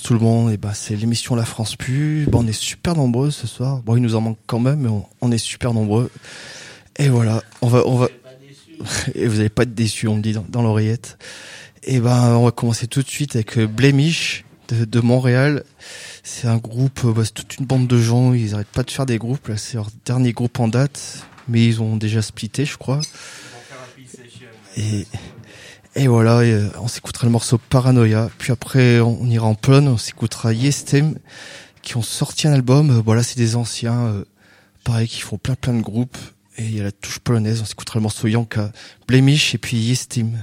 tout le monde. Et c'est l'émission La France Pub. On est super nombreux ce soir. Bon, il nous en manque quand même, mais on est super nombreux. Et voilà, on va. Et vous n'allez pas être déçus, on me dit dans l'oreillette. Et on va commencer tout de suite avec Blemish de Montréal. C'est un groupe, c'est toute une bande de gens. Ils n'arrêtent pas de faire des groupes. Là, c'est leur dernier groupe en date, mais ils ont déjà splitté, je crois. Et voilà, on s'écoutera le morceau Paranoia. Puis après, on ira en Pologne, on s'écoutera Jestem, qui ont sorti un album. Voilà, c'est des anciens, pareil, qui font plein de groupes. Et il y a la touche polonaise, on s'écoutera le morceau Yanka, Blemish et puis Jestem.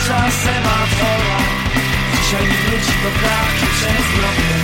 tarcza semafora. Dzisiaj nie wróci do klatki przez drogę.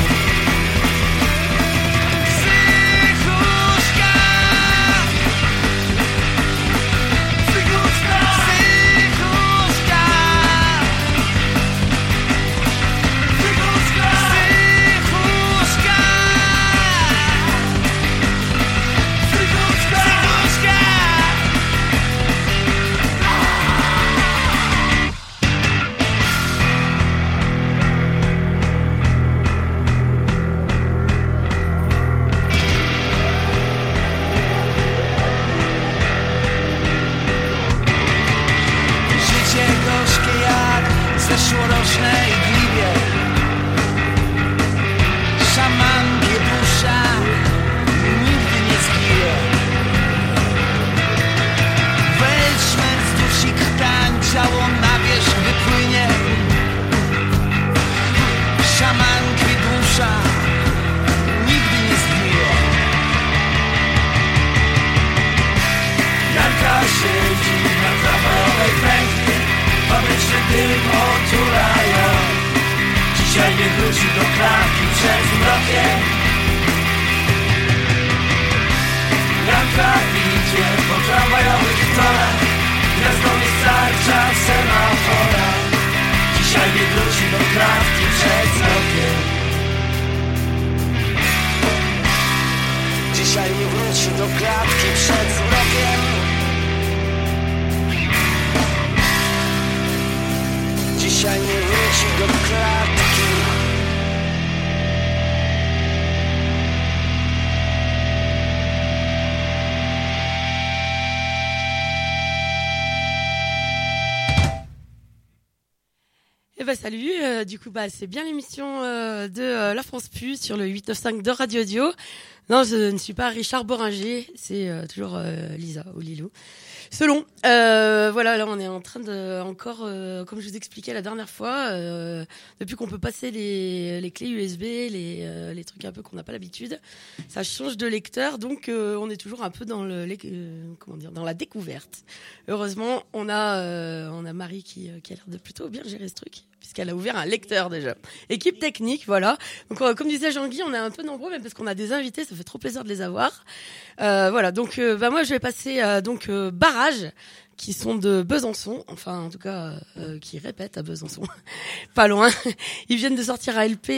Zeszłoroczne igliwie szamankie dusza nigdy nie zginie. Wejdźmy wzdłuż ich tań, ciało na wierzch wypłynie. Szamankie dusza nigdy nie zginie. Janka siedzi na tramwajowej pętli, fabryczny dym otula ją. Dzisiaj nie wróci do klatki przed mrokiem. Janka idzie po tramwajowych torach, gwiazdą jest tarcza semafora. Dzisiaj nie wróci do klatki przed mrokiem. Dzisiaj nie wróci do klatki przed mrokiem. Dzisiaj nie wróci do klatki. Eh ben salut, du coup c'est bien l'émission de La France Pu sur le 895 de Radio Audio. Non, je ne suis pas Richard Boringer, c'est toujours Lisa ou Lilou. Selon, voilà, là on est en train de encore, comme je vous expliquais la dernière fois, depuis qu'on peut passer les clés USB, les trucs un peu qu'on n'a pas l'habitude, ça change de lecteur, donc on est toujours un peu dans dans la découverte. Heureusement, on a Marie qui a l'air de plutôt bien gérer ce truc, puisqu'elle a ouvert un lecteur déjà. Équipe technique, voilà. Donc comme disait Jean-Guy, on est un peu nombreux, même parce qu'on a des invités, ça fait trop plaisir de les avoir. Voilà, donc moi je vais passer Barrage, qui sont de Besançon, enfin en tout cas qui répètent à Besançon, pas loin. Ils viennent de sortir un LP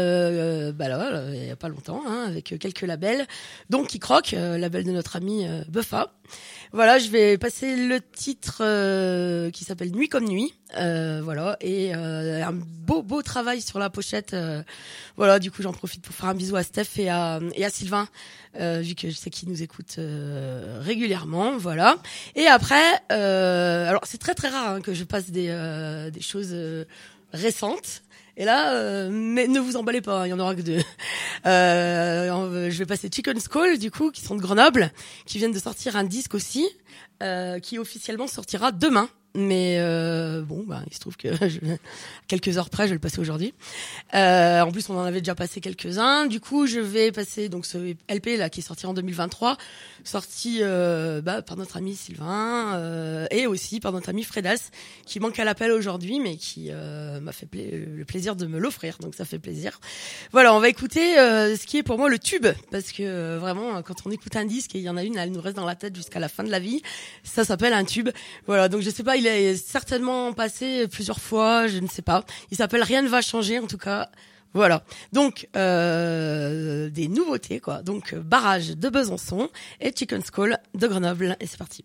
là, il y a pas longtemps, avec quelques labels, donc Qui Croque, label de notre ami Buffa. Voilà, je vais passer le titre qui s'appelle Nuit comme nuit, voilà, et un beau travail sur la pochette. Voilà, du coup j'en profite pour faire un bisou à Steph et à Sylvain, vu que je sais qu'ils nous écoutent régulièrement, voilà. Et après, alors c'est très très rare que je passe des choses récentes. Et là, mais ne vous emballez pas, il y en aura que deux. Je vais passer Chicken Skull, du coup, qui sont de Grenoble, qui viennent de sortir un disque aussi, qui officiellement sortira demain. Mais il se trouve que quelques heures près, je vais le passer aujourd'hui. En plus, on en avait déjà passé quelques-uns. Du coup, je vais passer donc ce LP là qui est sorti en 2023, sorti par notre ami Sylvain et aussi par notre ami Fredas, qui manque à l'appel aujourd'hui, mais qui m'a fait le plaisir de me l'offrir. Donc ça fait plaisir. Voilà, on va écouter ce qui est pour moi le tube, parce que vraiment, quand on écoute un disque et il y en a une, elle nous reste dans la tête jusqu'à la fin de la vie. Ça s'appelle un tube. Voilà, donc je sais pas, il est certainement passé plusieurs fois, je ne sais pas. Il s'appelle Rien ne va changer, en tout cas. Voilà. Donc, des nouveautés, quoi. Donc, Barrage de Besançon et Chicken Skull de Grenoble. Et c'est parti.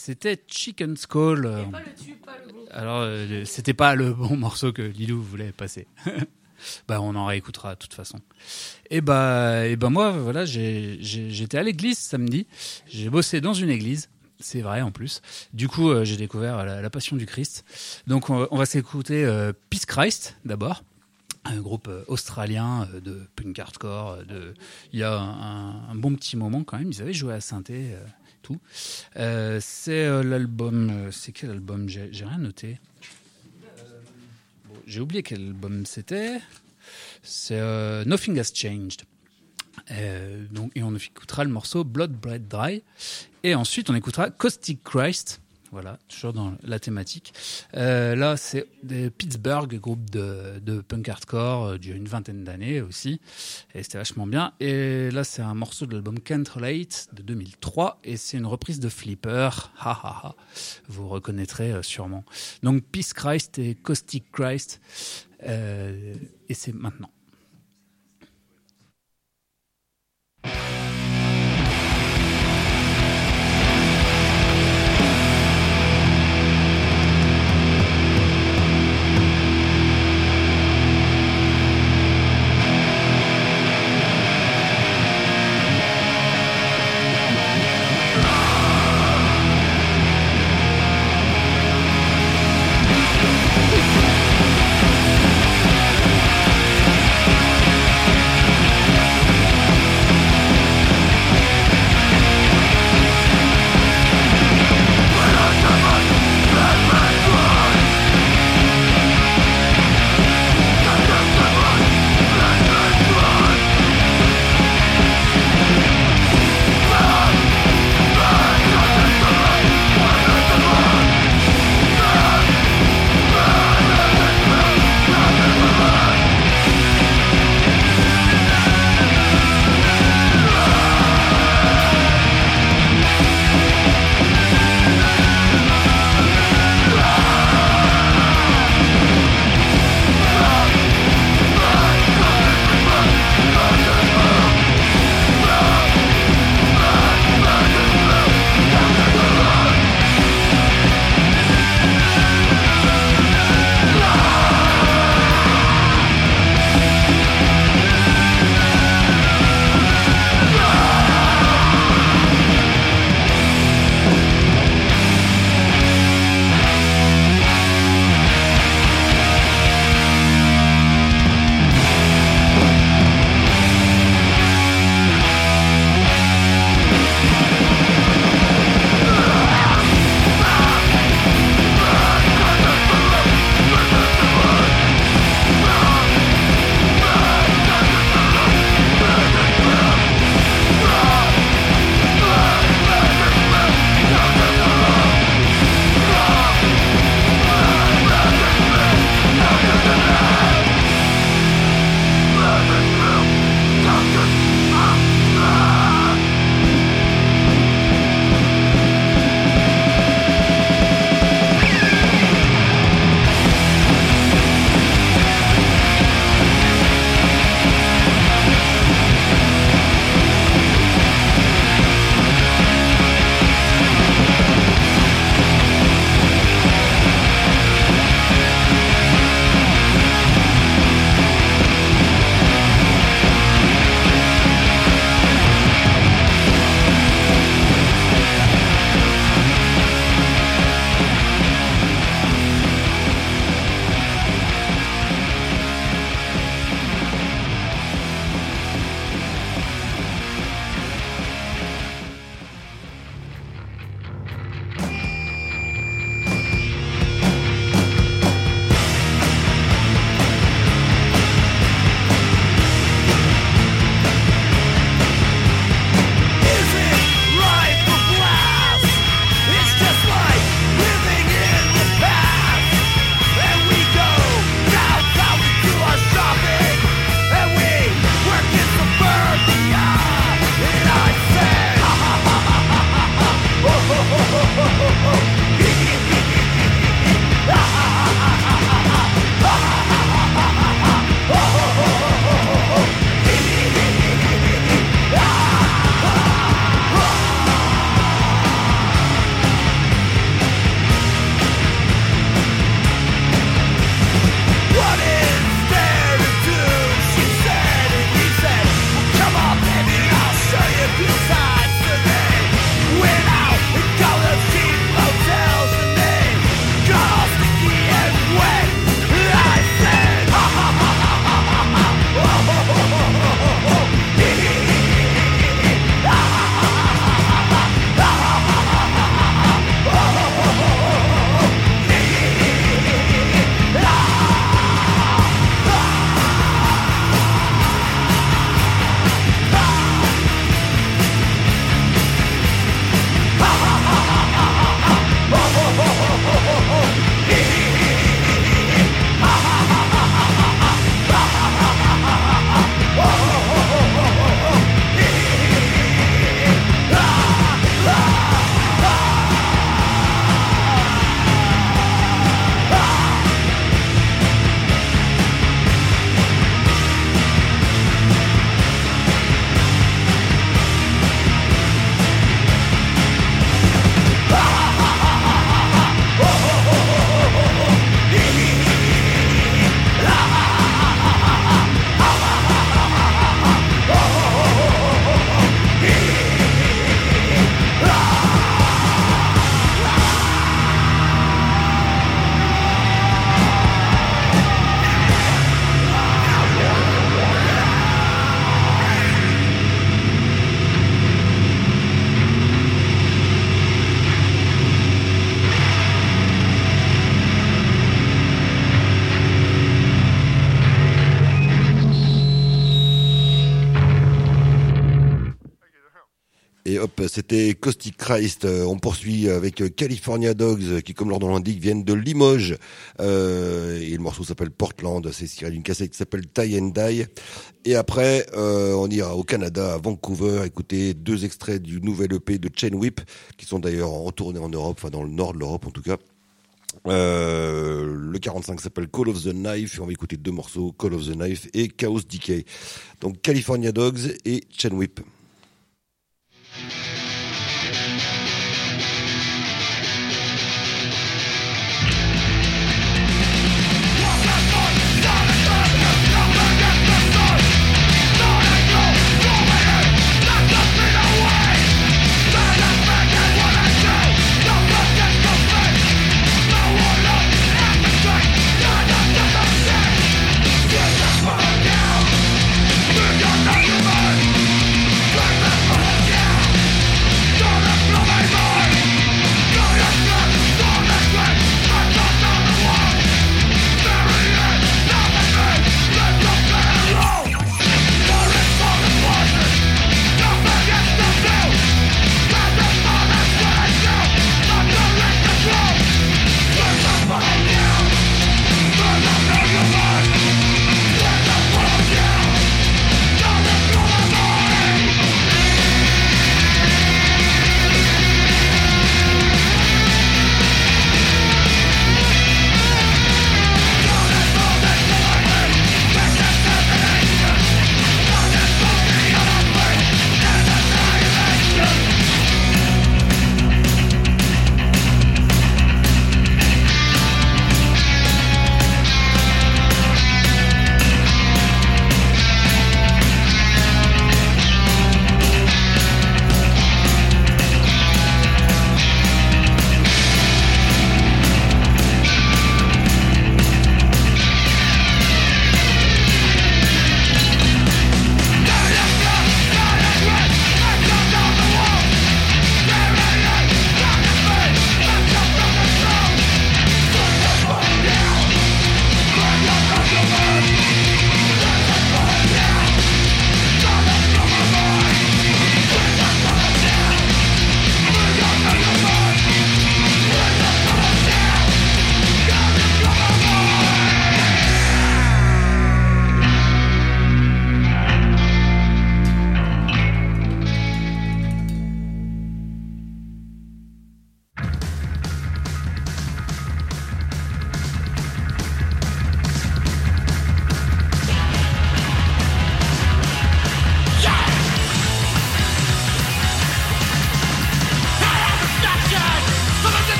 c'était Chicken Skull. Pas le tube, pas le bon. Alors, c'était pas le bon morceau que Lilou voulait passer. On en réécoutera de toute façon. Et moi, voilà, j'étais à l'église samedi. J'ai bossé dans une église. C'est vrai en plus. Du coup, j'ai découvert la Passion du Christ. Donc, on va s'écouter Peace Christ d'abord. Un groupe australien de punk hardcore. Il y a un bon petit moment quand même. Ils avaient joué à synthé, tout. C'est l'album. C'est quel album ? J'ai rien noté. J'ai oublié quel album c'était. C'est Nothing Has Changed. Et on écoutera le morceau Blood Bread Dry. Et ensuite, on écoutera Caustic Christ. Voilà, toujours dans la thématique. Là, c'est des Pittsburgh, groupe de punk hardcore d'il y a une vingtaine d'années aussi. Et c'était vachement bien. Et là, c'est un morceau de l'album Can't Relate de 2003. Et c'est une reprise de Flipper. Ha ha ha. Vous reconnaîtrez sûrement. Donc, Peace Christ et Caustic Christ. Et c'est maintenant. We'll hop, c'était Caustic Christ. On poursuit avec California Dogs, qui, comme leur nom l'indique, viennent de Limoges. Et le morceau s'appelle Portland. C'est tiré d'une cassette qui s'appelle Tie and Die. Et après, on ira au Canada, à Vancouver, écouter 2 extraits du nouvel EP de Chain Whip, qui sont d'ailleurs en tournée en Europe, enfin dans le nord de l'Europe en tout cas. Le 45 s'appelle Call of the Knife, et on va écouter 2 morceaux, Call of the Knife et Chaos Decay. Donc California Dogs et Chain Whip. Down,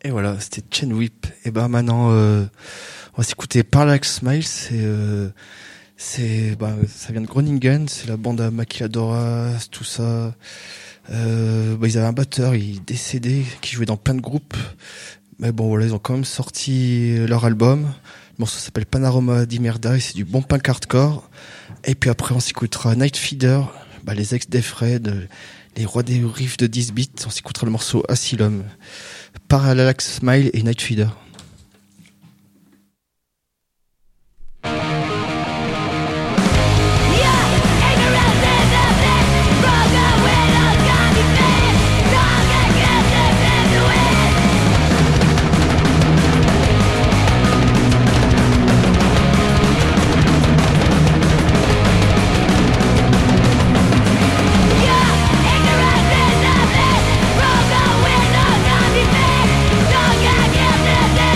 Et voilà, c'était Chain Whip. Et ben maintenant, on va s'écouter Parallax Smile. Ça vient de Groningen. C'est la bande à Maquiladoras, tout ça. Ils avaient un batteur, il est décédé, qui jouait dans plein de groupes. Mais bon, voilà, ils ont quand même sorti leur album. Le morceau s'appelle Panorama di Merda et c'est du bon punk hardcore. Et puis après, on s'écoutera Night Feeder, les ex-Defred, les rois des riffs de 10 bits. On s'écoutera le morceau Asylum, Parallax Smile et Night Feeder. Don't get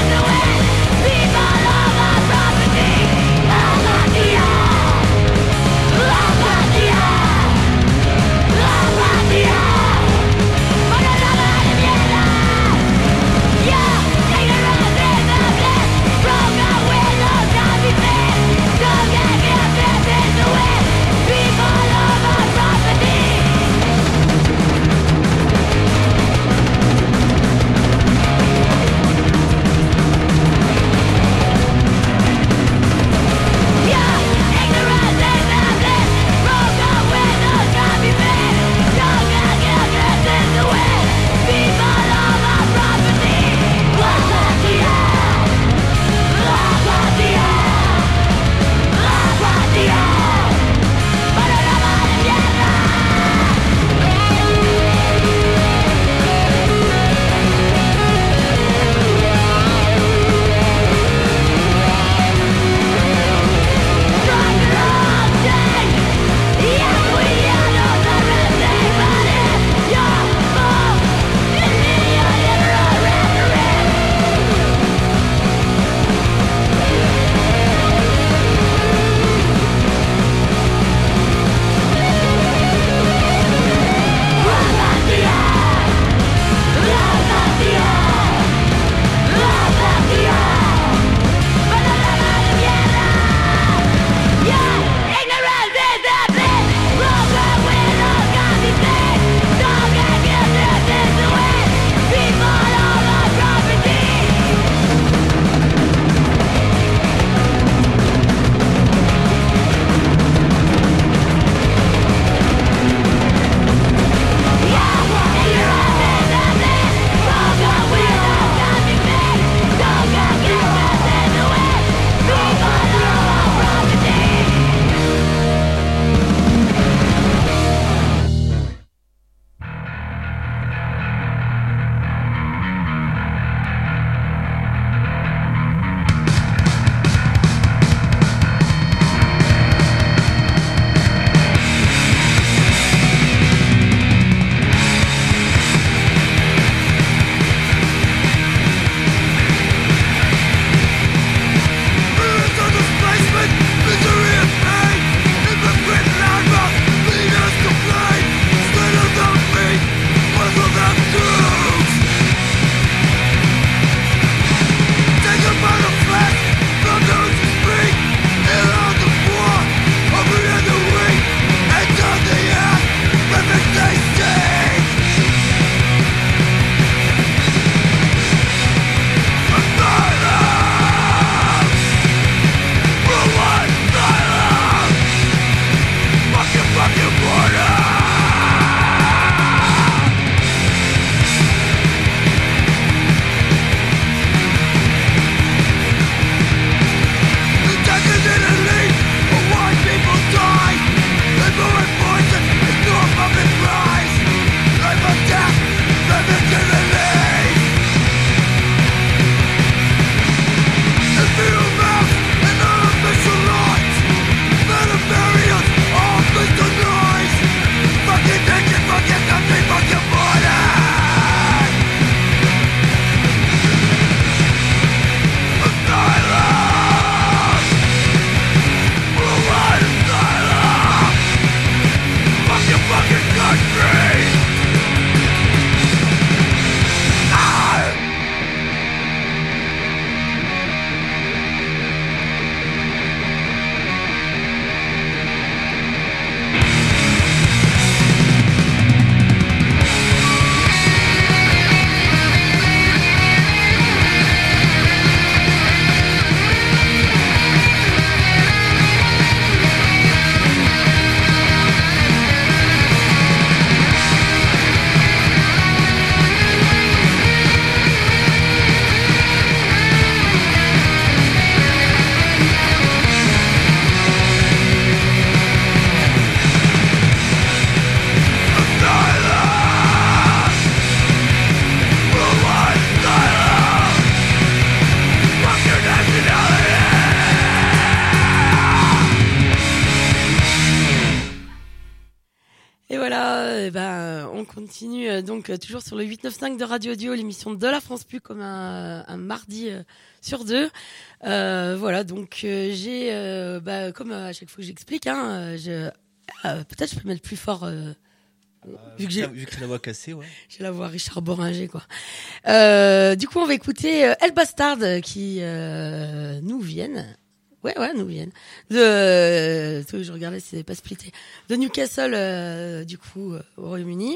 on continue donc toujours sur le 895 de Radio Audio, l'émission de la France Pu comme un mardi sur deux. Voilà, donc j'ai, comme à chaque fois que j'explique, peut-être je peux mettre plus fort. Vu que la voix cassée, ouais. J'ai la voix Richard Boringer, quoi. Du coup, on va écouter El Bastard qui nous viennent. Ouais, nous viennent. Je regardais si c'était pas splitté. De Newcastle, du coup, au Royaume-Uni.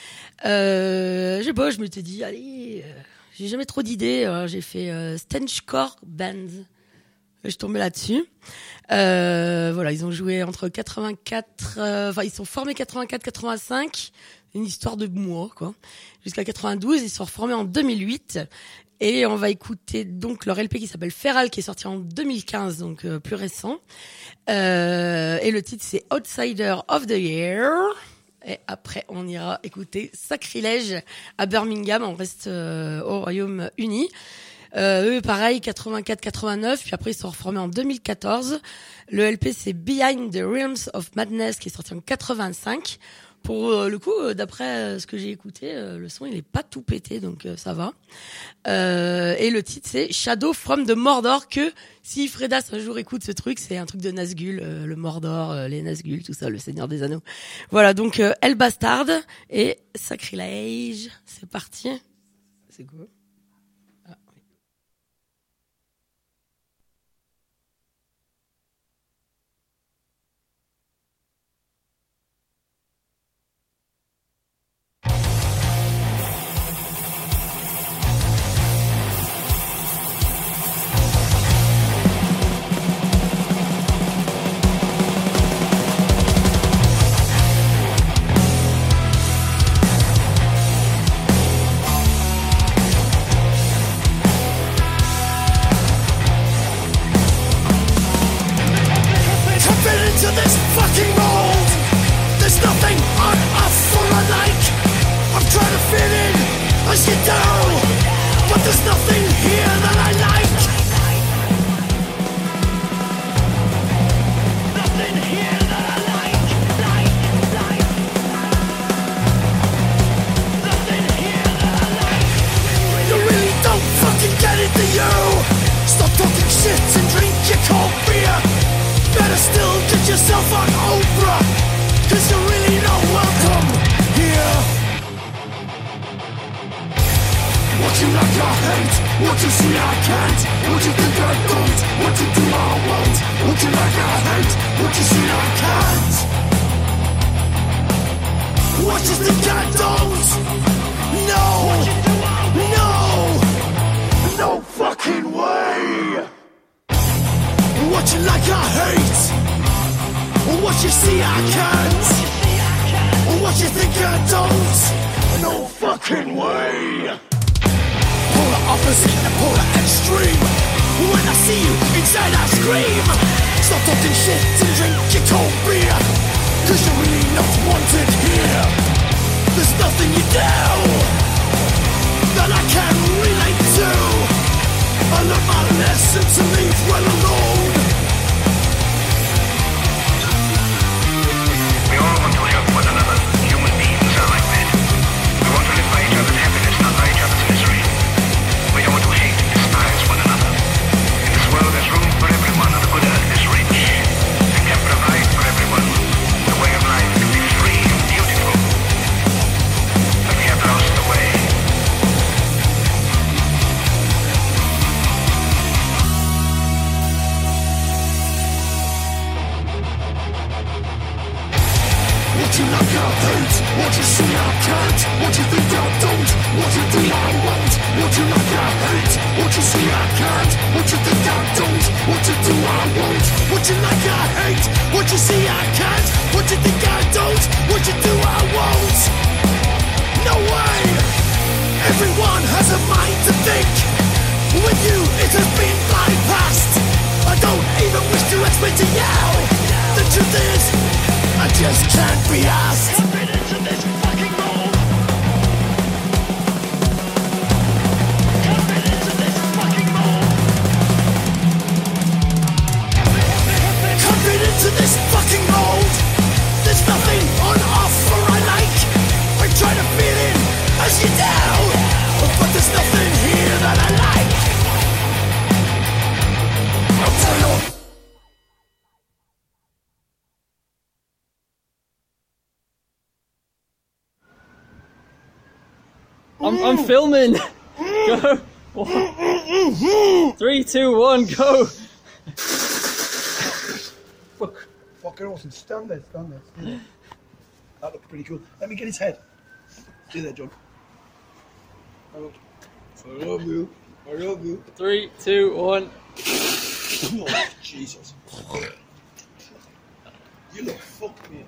Je m'étais dit, allez, j'ai jamais trop d'idées. Alors, j'ai fait Stenchcore Band. Je suis tombée là-dessus. Voilà, ils ont joué entre 84, ils sont formés 84-85, une histoire de mois, quoi. Jusqu'à 92, ils sont reformés en 2008. Et on va écouter donc leur LP qui s'appelle Feral, qui est sorti en 2015, donc plus récent. Et le titre, c'est Outsider of the Year. Et après, on ira écouter Sacrilège à Birmingham. On reste au Royaume-Uni. Eux, pareil, 84-89. Puis après, ils sont reformés en 2014. Le LP, c'est Behind the Realms of Madness, qui est sorti en 85. Pour le coup, d'après ce que j'ai écouté, le son il est pas tout pété, donc ça va. Et le titre c'est Shadow from the Mordor, que si Fredas un jour écoute ce truc, c'est un truc de Nazgûl, le Mordor, les Nazgûl, tout ça, le Seigneur des Anneaux. Voilà, donc El Bastard et Sacrilège, c'est parti. C'est quoi? There's nothing on offer I like. I try to but there's nothing here that I like. I'll turn on. I'm filming. Go. 3, 2, 1, go. Fucking awesome. Stand there. That looked pretty cool. Let me get his head. See there, John. I love you. 3, 2, 1. Oh, Jesus. You look fucked, man.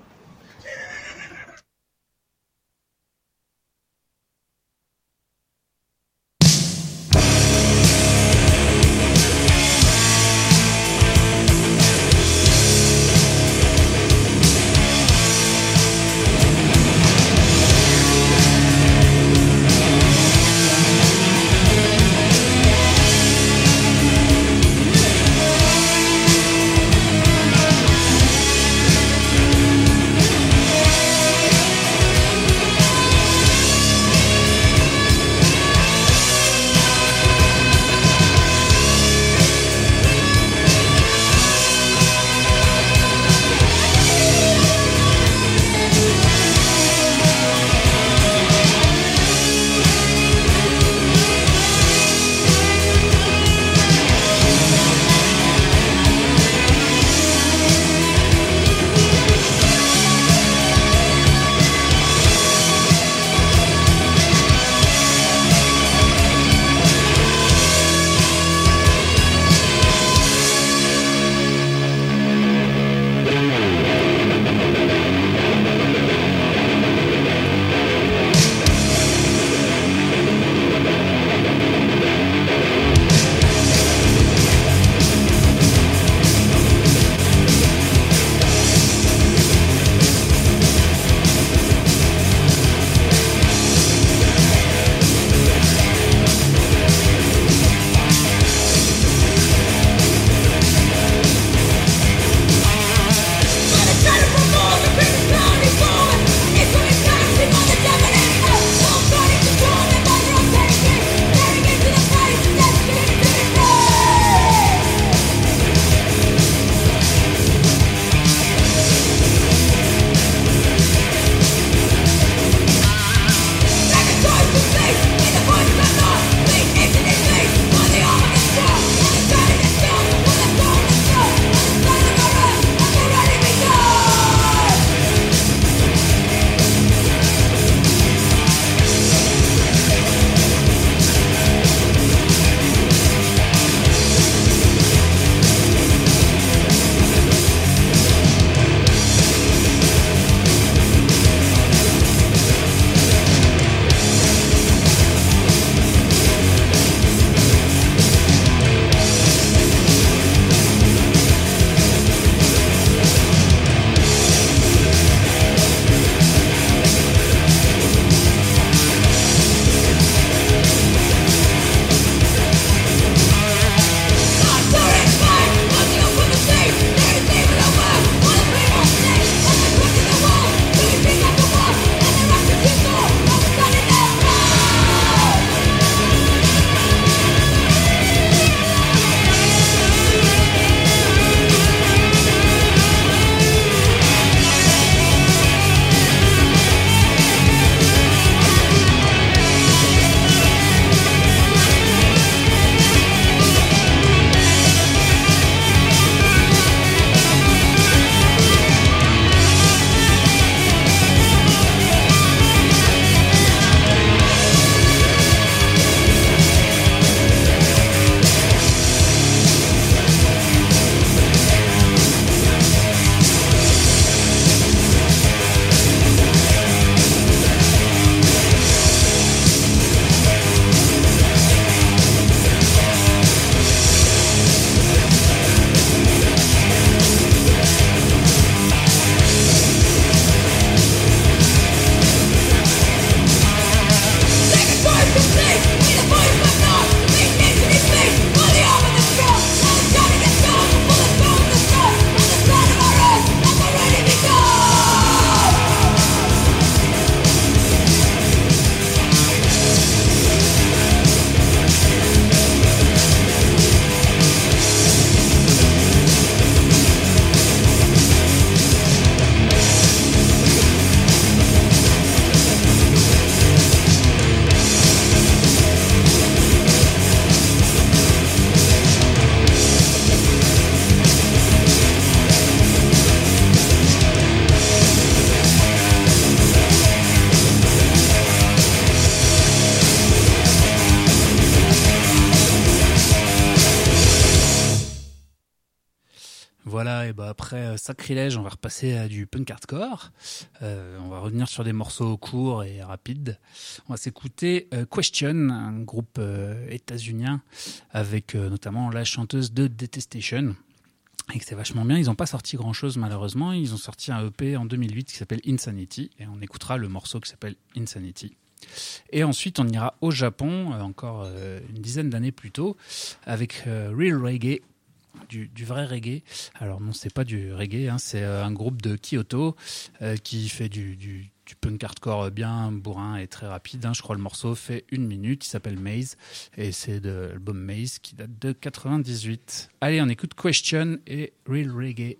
Voilà, et bah après Sacrilège, on va repasser à du punk hardcore. On va revenir sur des morceaux courts et rapides. On va s'écouter Question, un groupe états-unien avec notamment la chanteuse de Detestation. Et que c'est vachement bien. Ils n'ont pas sorti grand-chose malheureusement. Ils ont sorti un EP en 2008 qui s'appelle Insanity. Et on écoutera le morceau qui s'appelle Insanity. Et ensuite, on ira au Japon, encore une dizaine d'années plus tôt, avec Real Reggae, du vrai reggae. Alors non, c'est pas du reggae, hein, c'est un groupe de Kyoto qui fait du punk hardcore bien bourrin et très rapide. Hein. Je crois le morceau fait 1 minute, il s'appelle Maze, et c'est de l'album Maze qui date de 98. Allez, on écoute Question et Real Reggae.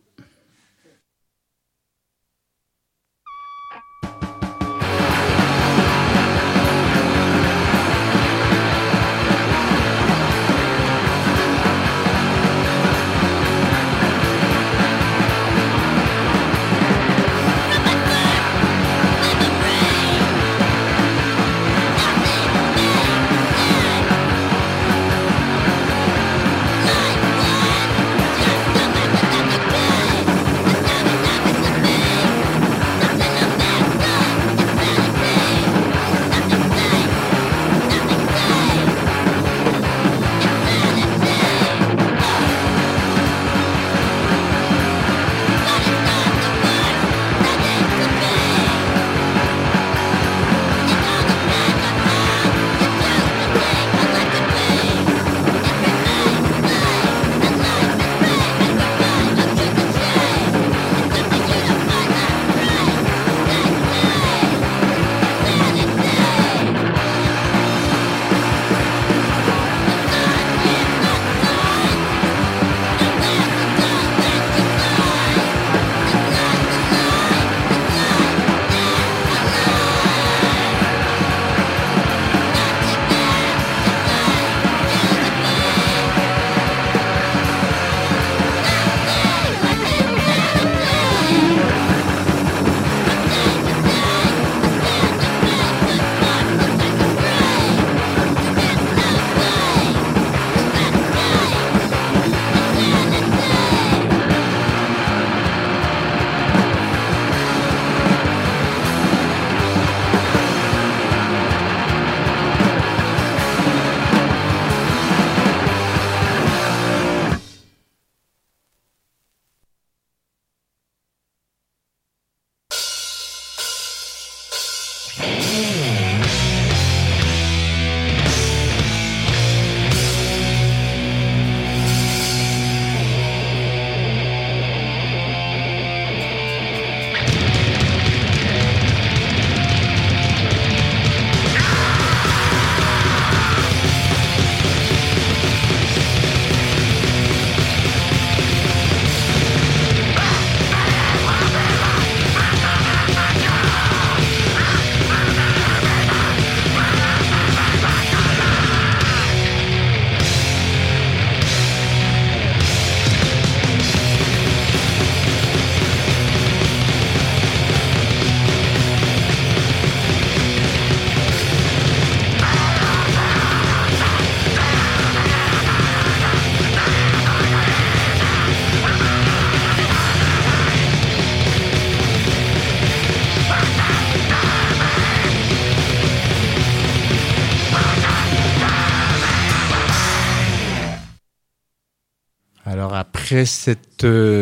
Après cette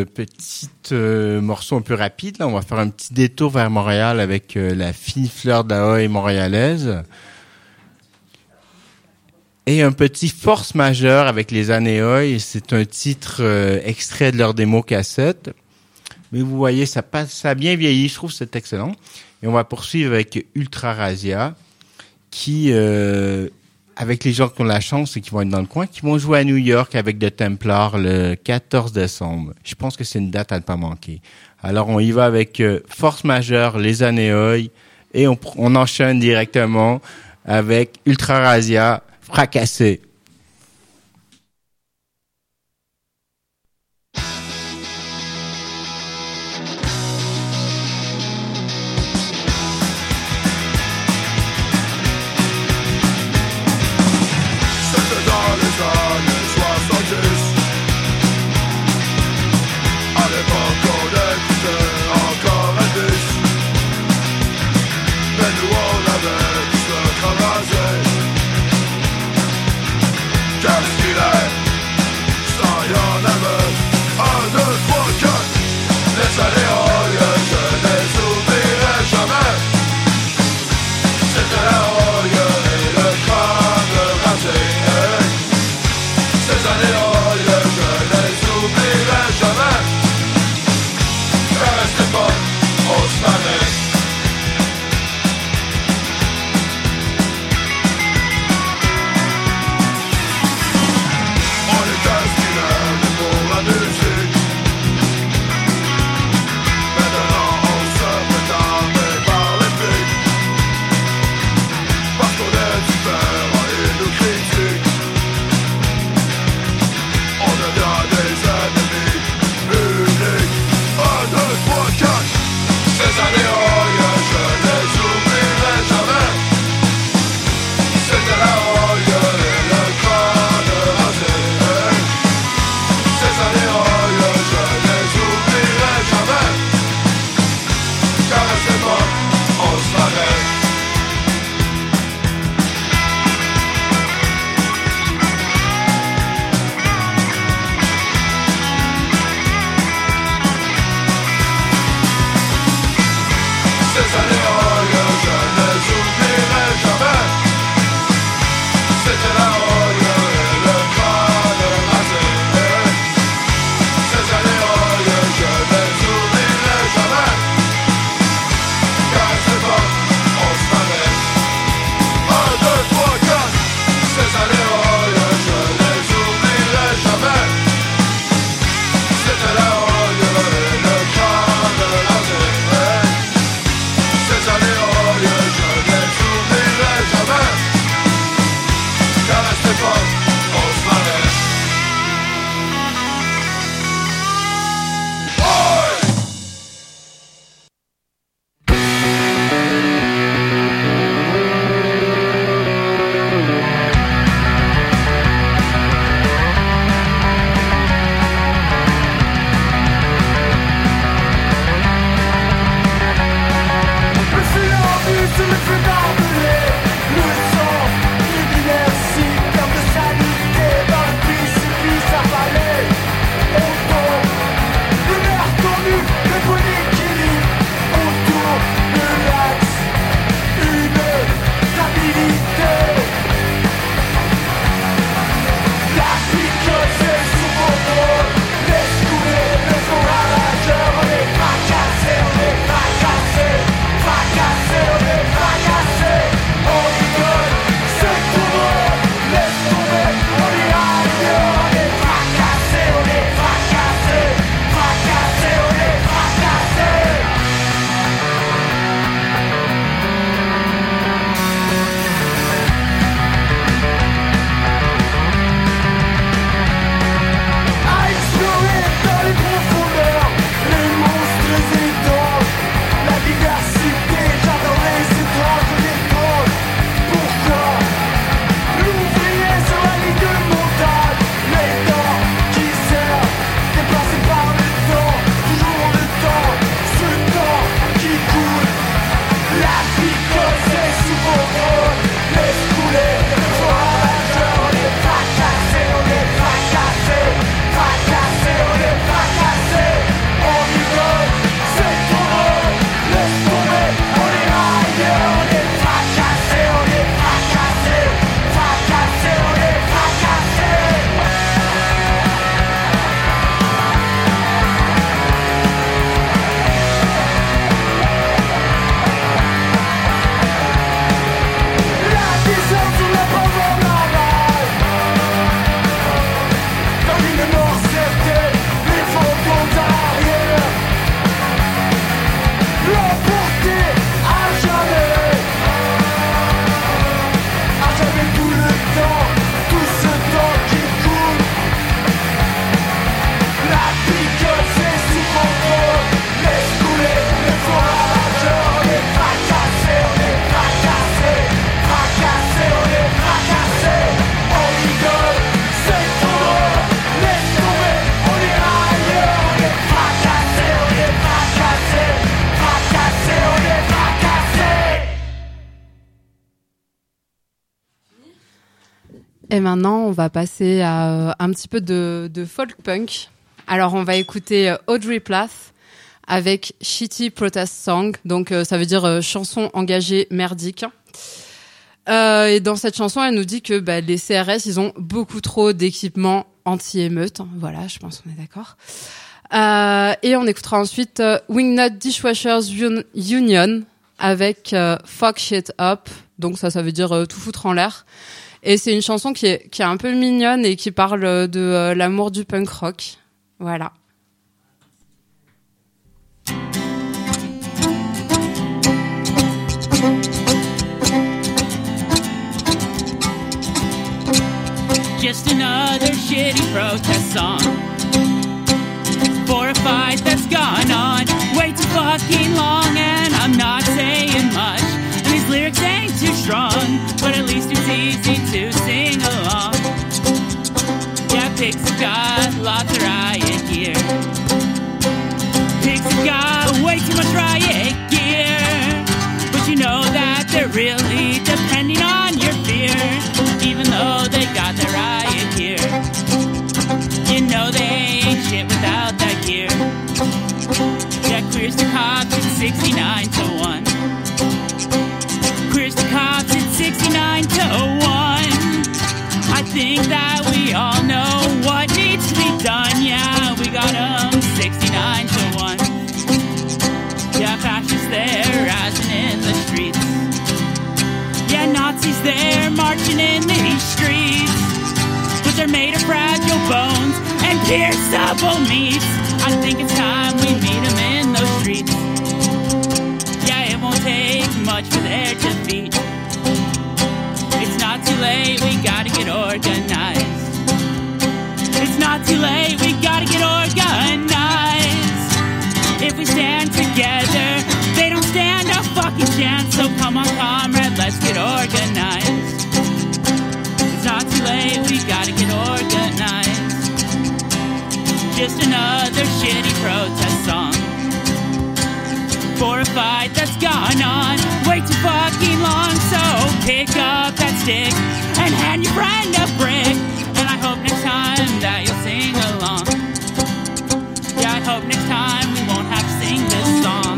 petite morceau un peu rapide, là, on va faire un petit détour vers Montréal avec la fine fleur d'Aoi montréalaise. Et un petit force majeure avec les Anéoi. C'est un titre extrait de leur démo cassette. Mais vous voyez, ça a bien vieilli. Je trouve que c'est excellent. Et on va poursuivre avec Ultra Razia, qui, avec les gens qui ont la chance et qui vont être dans le coin, qui vont jouer à New York avec The Templars le 14 décembre. Je pense que c'est une date à ne pas manquer. Alors, on y va avec force majeure, les Anéoi, et on enchaîne directement avec Ultra Razia, Fracassé. Et maintenant, on va passer à un petit peu de folk punk. Alors, on va écouter Audrey Plath avec Shitty Protest Song. Donc, ça veut dire chanson engagée merdique. Et dans cette chanson, elle nous dit que les CRS, ils ont beaucoup trop d'équipements anti-émeute. Voilà, je pense qu'on est d'accord. Et on écoutera ensuite Wingnut Dishwashers Union avec Fuck Shit Up. Donc ça veut dire tout foutre en l'air. Et c'est une chanson qui est un peu mignonne et qui parle de l'amour du punk rock. Voilà. Just another shitty protest song for a fight that's gone on way too fucking long, and I'm not saying much. And these lyrics ain't too strong, but at least it's easy to sing along. Yeah, pigs have got lots of riot gear. Pigs have got way too much riot gear, but you know that they're really depending on your fear, even though they got their riot gear. You know they ain't shit without that gear. Yeah, queers to cops, it's 69-1. marching in these streets, but they're made of fragile bones and pierceable meats. I think it's time we meet them in those streets. Yeah, it won't take much for their defeat. It's not too late, we gotta get organized. It's not too late, we gotta get organized. If we stand together, they don't stand a fucking chance. So come on, comrade, let's get organized. It's not too late, we gotta get organized. Just another shitty protest song for a fight that's gone on way too fucking long. So pick up that stick and hand your friend a brick. And I hope next time that you'll sing along. Yeah, I hope next time we won't have to sing this song.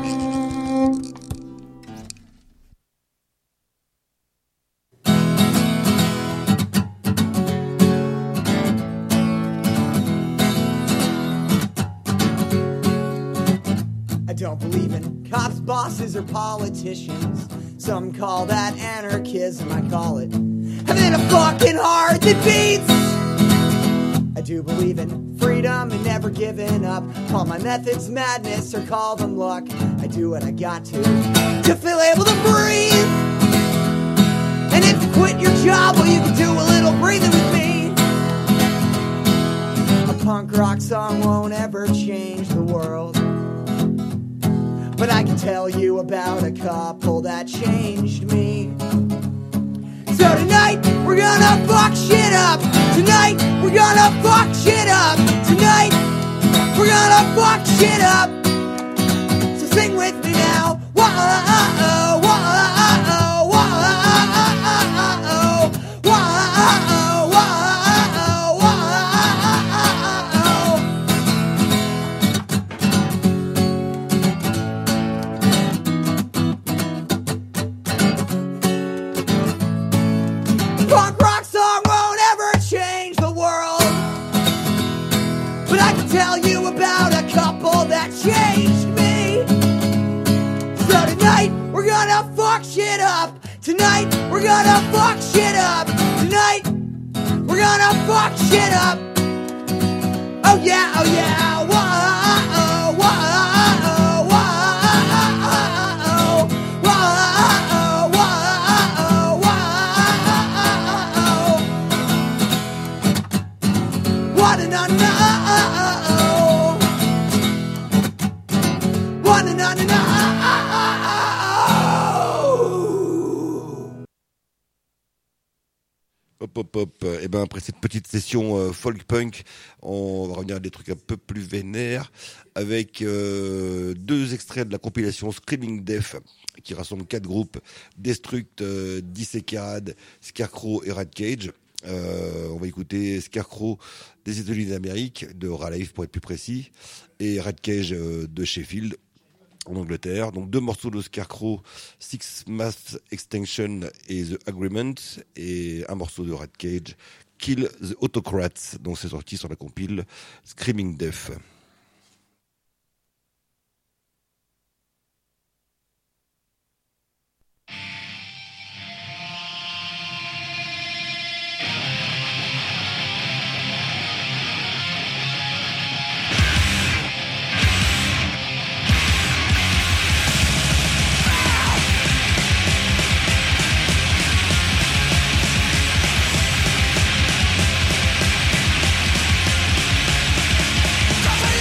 I don't believe in cops, bosses, or politicians. Some call that anarchism, I call it having a fucking heart that beats. I do believe in freedom and never giving up. Call my methods madness or call them luck. I do what I got to feel able to breathe. And if you quit your job, well, you can do a little breathing with me. A punk rock song won't ever change the world, but I can tell you about a couple that changed me. So tonight, we're gonna fuck shit up. Tonight, we're gonna fuck shit up. Tonight, we're gonna fuck shit up. So sing with me now. Whoa, whoa, whoa, whoa, whoa, punk rock song won't ever change the world, but I can tell you about a couple that changed me. So tonight, we're gonna fuck shit up. Tonight, we're gonna fuck shit up. Tonight, we're gonna fuck shit up. Oh yeah, oh yeah. Whoa, whoa, whoa, whoa, whoa, whoa. Wanna know? Wanna know? Hop, hop, hop. Et ben après cette petite session folk punk, on va revenir à des trucs un peu plus vénères avec deux extraits de la compilation Screaming Death qui rassemble 4 groupes: Destruct, Dissecarad, Scarecrow et Ratcage. On va écouter Scarecrow des États-Unis d'Amérique, de Raleigh pour être plus précis, et Ratcage de Sheffield en Angleterre. Donc 2 morceaux de Scarecrow, Six Mass Extinction et The Agreement, et un morceau de Ratcage, Kill the Autocrats. Donc c'est sorti sur la compile Screaming Death. Stop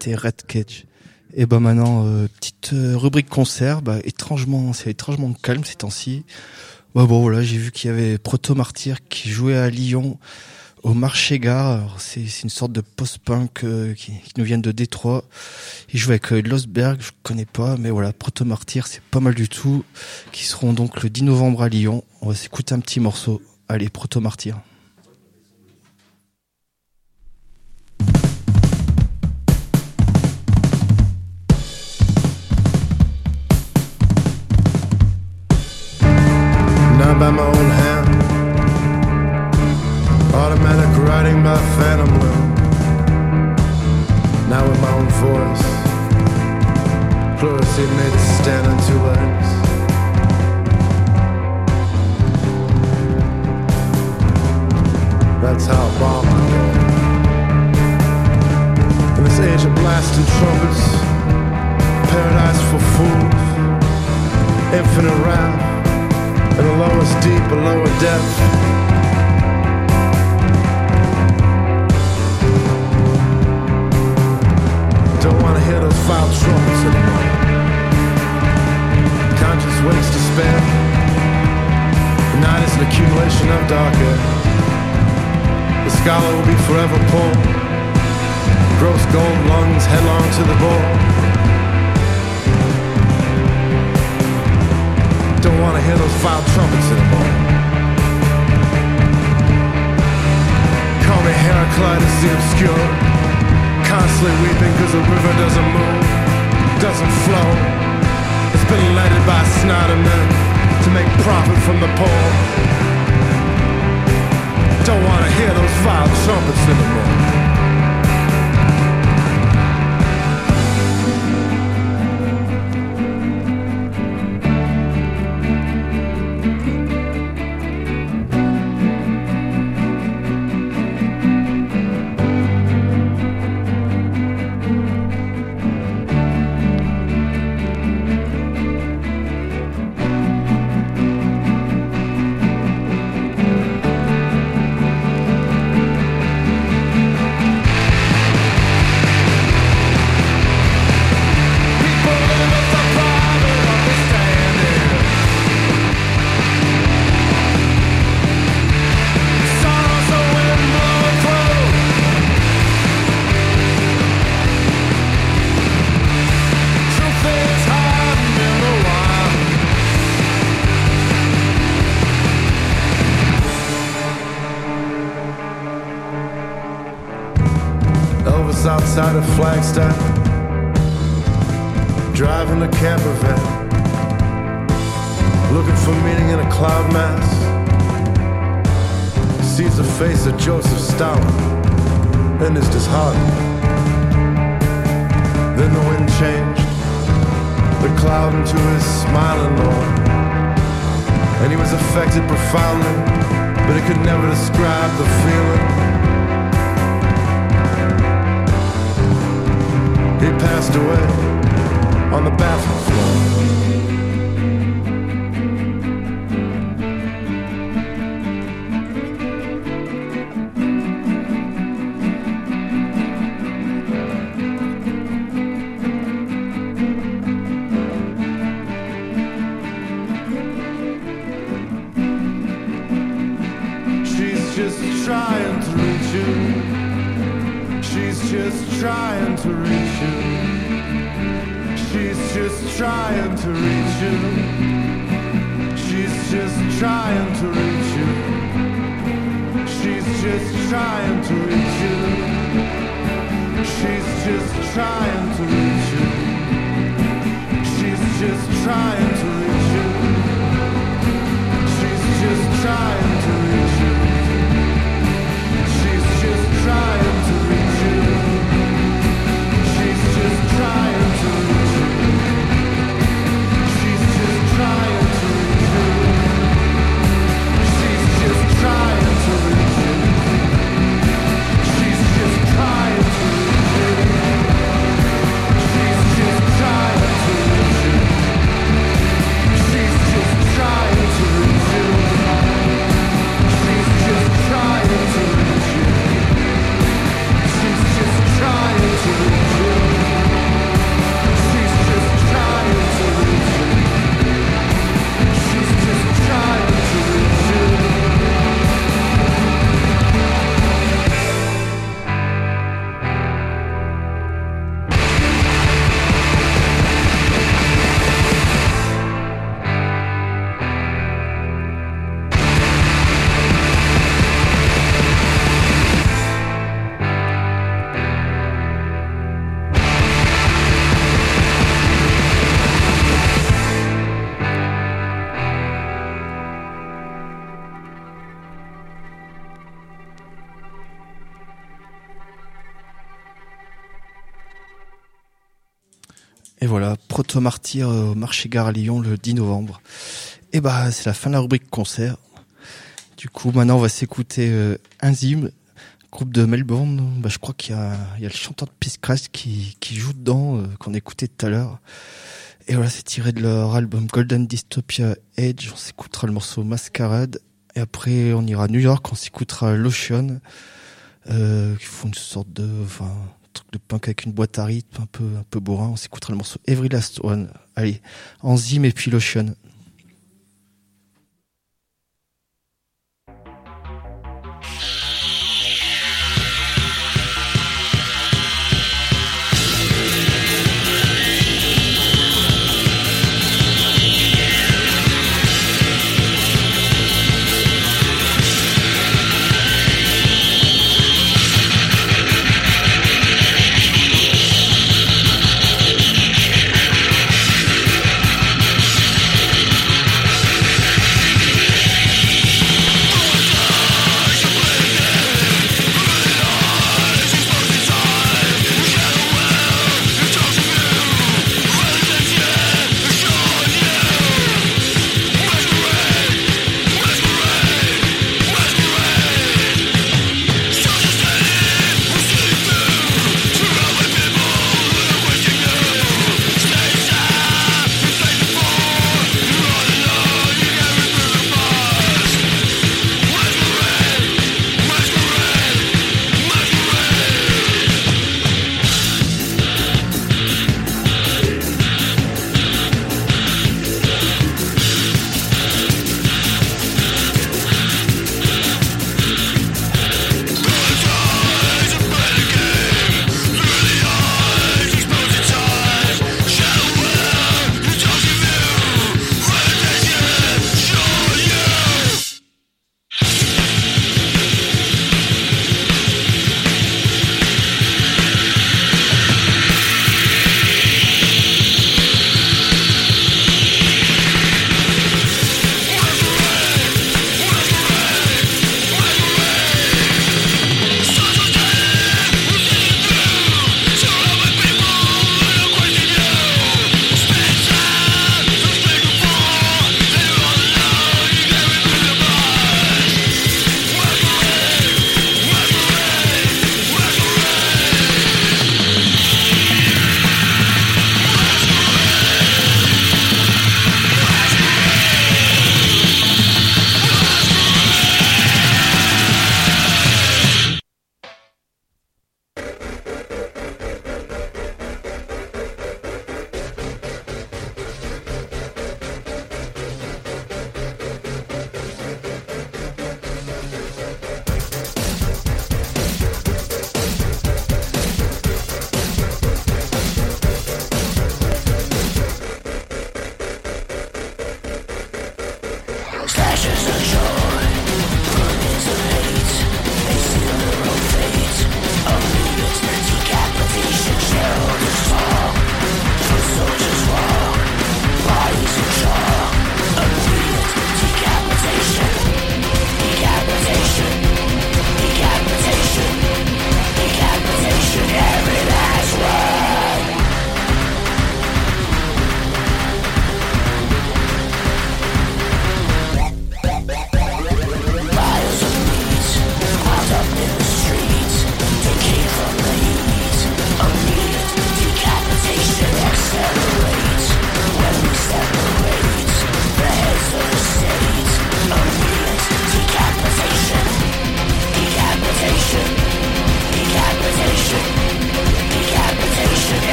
c'était Red Cage. Et bah maintenant, petite rubrique concert, bah c'est étrangement calme ces temps-ci. Bah bon voilà, j'ai vu qu'il y avait Proto Martyr qui jouait à Lyon au Marché Gare. Alors, c'est une sorte de post-punk qui nous vient de Détroit. Ils jouent avec Losberg, je connais pas, mais voilà, Proto Martyr, c'est pas mal du tout. Qui seront donc le 10 novembre à Lyon. On va s'écouter un petit morceau. Allez, Proto Martyr. Not by my own hand, automatic writing by phantom limb. Now with my own voice, plurality made to stand on two legs. That's how bomb I go. In this age of blasting trumpets, paradise for fools, infinite rap. In the lowest deep, a lower depth. Don't wanna hear those foul trumpets anymore. Conscience wakes despair. The night is an accumulation of dark air. The scholar will be forever poor. Gross gold lungs headlong to the bore. Don't wanna hear those foul trumpets anymore. Call me Heraclitus the obscure, constantly weeping cause the river doesn't move, doesn't flow. It's been lighted by snotty men to make profit from the poor. Don't wanna hear those foul trumpets anymore. Outside of Flagstaff, driving a camper van, looking for meaning in a cloud mass. Sees the face of Joseph Stalin and is disheartened. Then the wind changed the cloud into his smiling Lord, and he was affected profoundly, but he could never describe the feeling. He passed away on the bathroom floor. She's just trying to reach you. She's just trying to reach you. She's just trying to reach you. She's just trying to reach you. She's just trying to reach you. She's just trying to reach you. She's just trying to reach you. She's just trying to reach you. She's just trying to reach you. She's just trying to reach you. She's just trying to reach you. She's just trying to reach you. She's just trying to reach you. She's just trying to reach you. voilà, Proto-Martyr au Marché Gare à Lyon le 10 novembre. Et bah, c'est la fin de la rubrique concert. Du coup, maintenant, on va s'écouter Enzyme, groupe de Melbourne. Bah, je crois qu'il y a le chanteur de Peace Crest qui joue dedans, qu'on écoutait tout à l'heure. Et voilà, c'est tiré de leur album Golden Dystopia Age. On s'écoutera le morceau Masquerade. Et après, on ira à New York, on s'écoutera Lotion, qui font une sorte de, truc de punk avec une boîte à rythme un peu bourrin. On s'écoutera le morceau Every Last One. Allez, Enzyme et puis Lotion.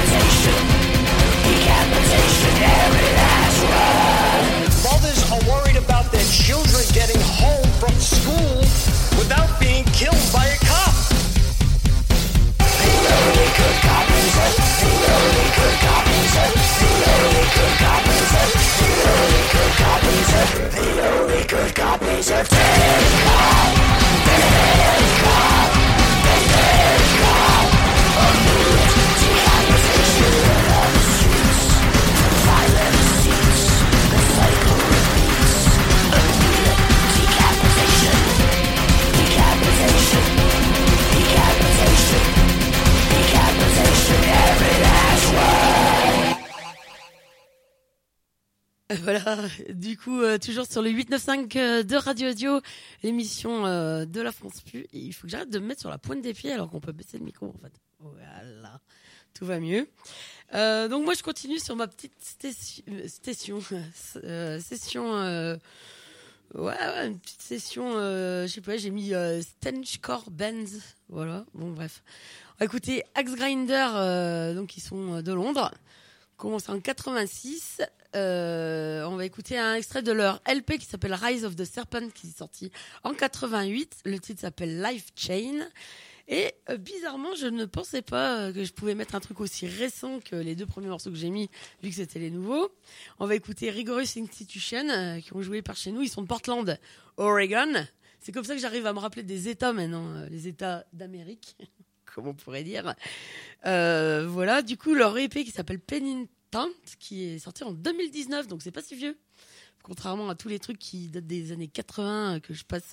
Mothers are worried Voilà, du coup, toujours sur le 895 de Radio Audio, l'émission de la France Pu. Et il faut que j'arrête de me mettre sur la pointe des pieds alors qu'on peut baisser le micro, en fait. Voilà, tout va mieux. Donc moi, je continue sur ma petite session. Ouais, une petite session, je sais pas, j'ai mis Stenchcore Bands. Voilà, bon, bref. On va écouter Axe Grinder, donc ils sont de Londres. Commence en 86. On va écouter un extrait de leur LP qui s'appelle Rise of the Serpent, qui est sorti en 88. Le titre s'appelle Life Chain. Et bizarrement, je ne pensais pas que je pouvais mettre un truc aussi récent que les deux premiers morceaux que j'ai mis, vu que c'était les nouveaux. On va écouter Rigorous Institution, qui ont joué par chez nous. Ils sont de Portland, Oregon. C'est comme ça que j'arrive à me rappeler des États maintenant, les États d'Amérique, comme on pourrait dire. Voilà, du coup, leur EP qui s'appelle Penitent, qui est sorti en 2019, donc c'est pas si vieux. Contrairement à tous les trucs qui datent des années 80 que je passe...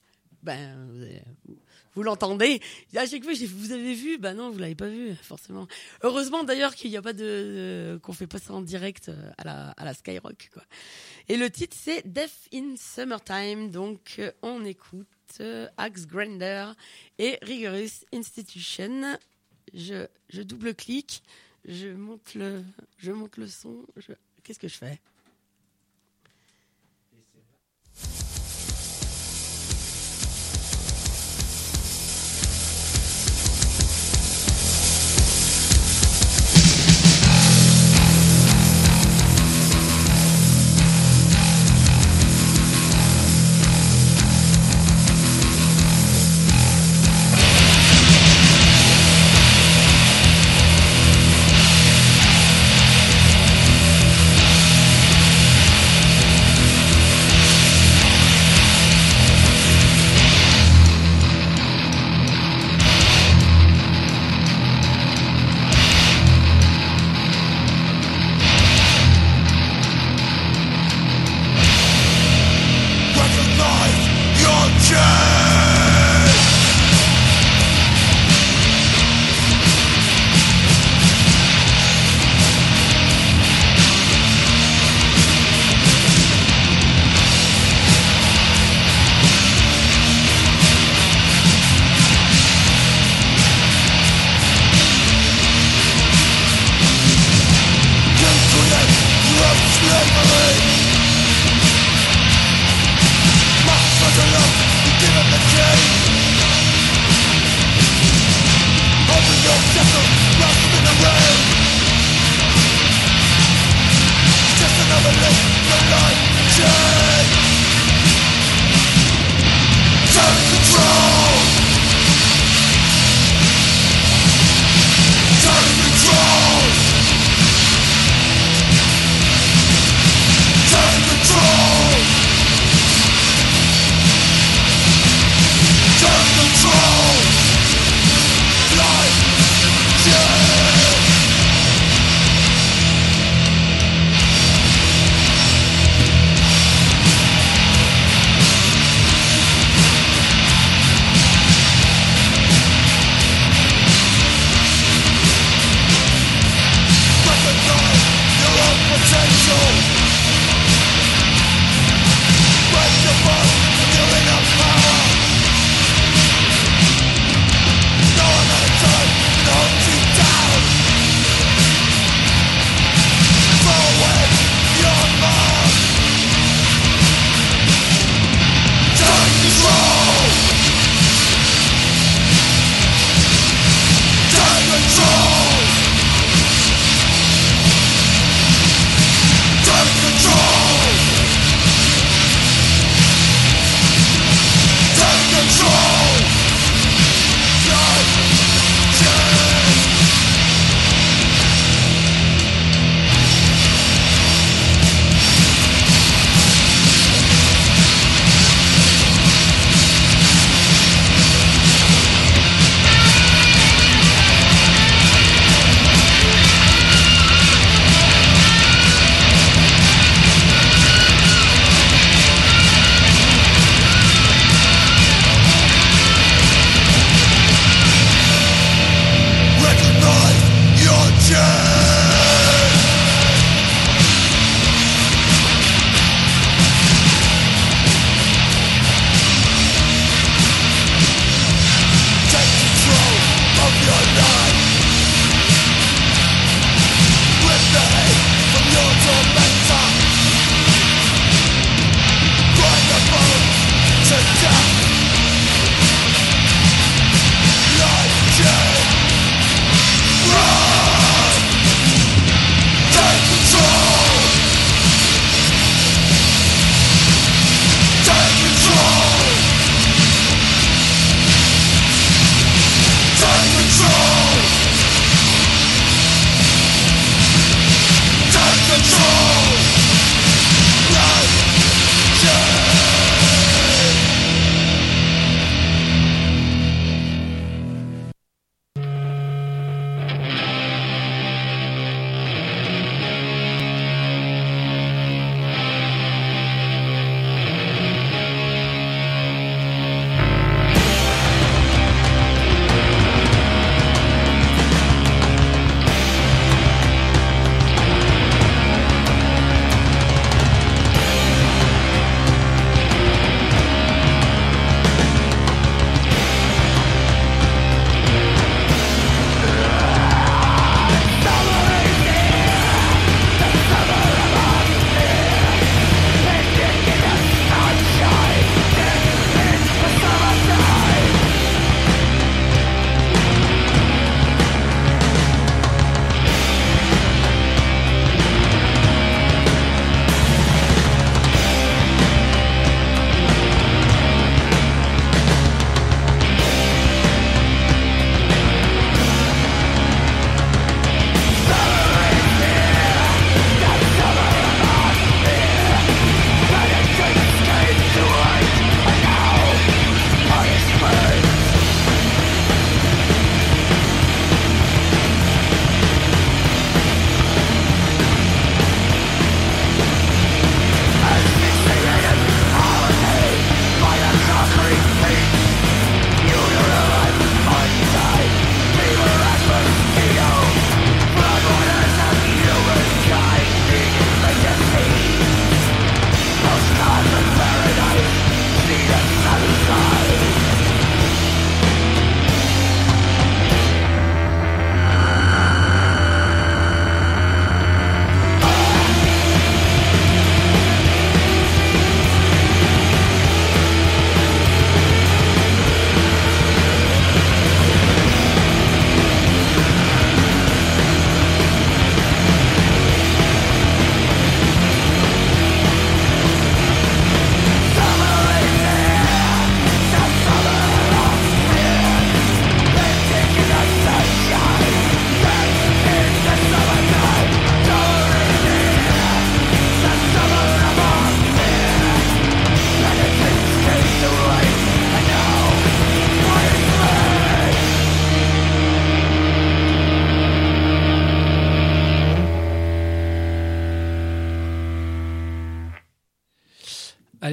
vous l'entendez. À chaque fois, vous avez vu? Bah non, vous l'avez pas vu, forcément. Heureusement d'ailleurs qu'il n'y a pas qu'on fait pas ça en direct à la Skyrock, quoi. Et le titre c'est Death in Summertime. Donc on écoute Axe Grinder et Rigorous Institution. Je double-clique, je monte le son. Qu'est-ce que je fais? Death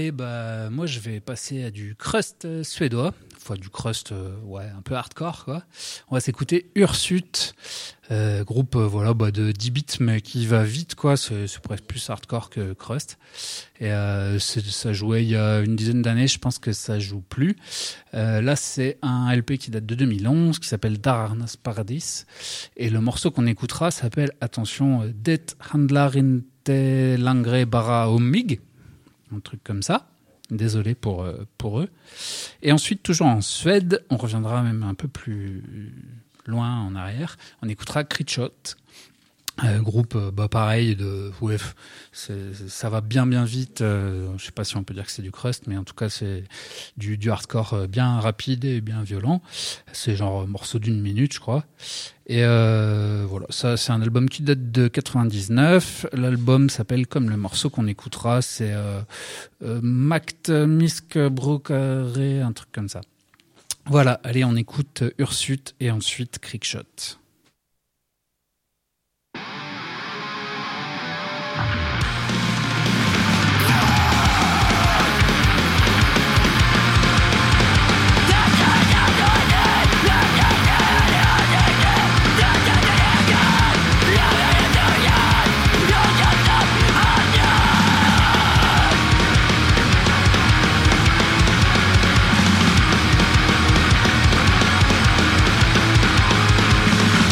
Et bah moi je vais passer à du crust suédois, enfin du crust un peu hardcore quoi. On va s'écouter Ursut, groupe de 10 bits mais qui va vite quoi, c'est presque plus hardcore que crust. Et ça jouait il y a une dizaine d'années, je pense que ça joue plus. Là c'est un LP qui date de 2011 qui s'appelle Dararnas Paradis et le morceau qu'on écoutera s'appelle attention Det handlar inte längre bara om mig. Un truc comme ça. Désolé pour eux. Et ensuite, toujours en Suède, on reviendra même un peu plus loin en arrière. On écoutera Critchot, groupe pareil ça va bien vite. Je sais pas si on peut dire que c'est du crust, mais en tout cas c'est du hardcore bien rapide et bien violent. C'est genre morceau d'1 minute, je crois. Et ça c'est un album qui date de 99. L'album s'appelle comme le morceau qu'on écoutera, c'est Makt Miskbrukare, un truc comme ça. Voilà, allez on écoute Ursut et ensuite Crickshot. Thank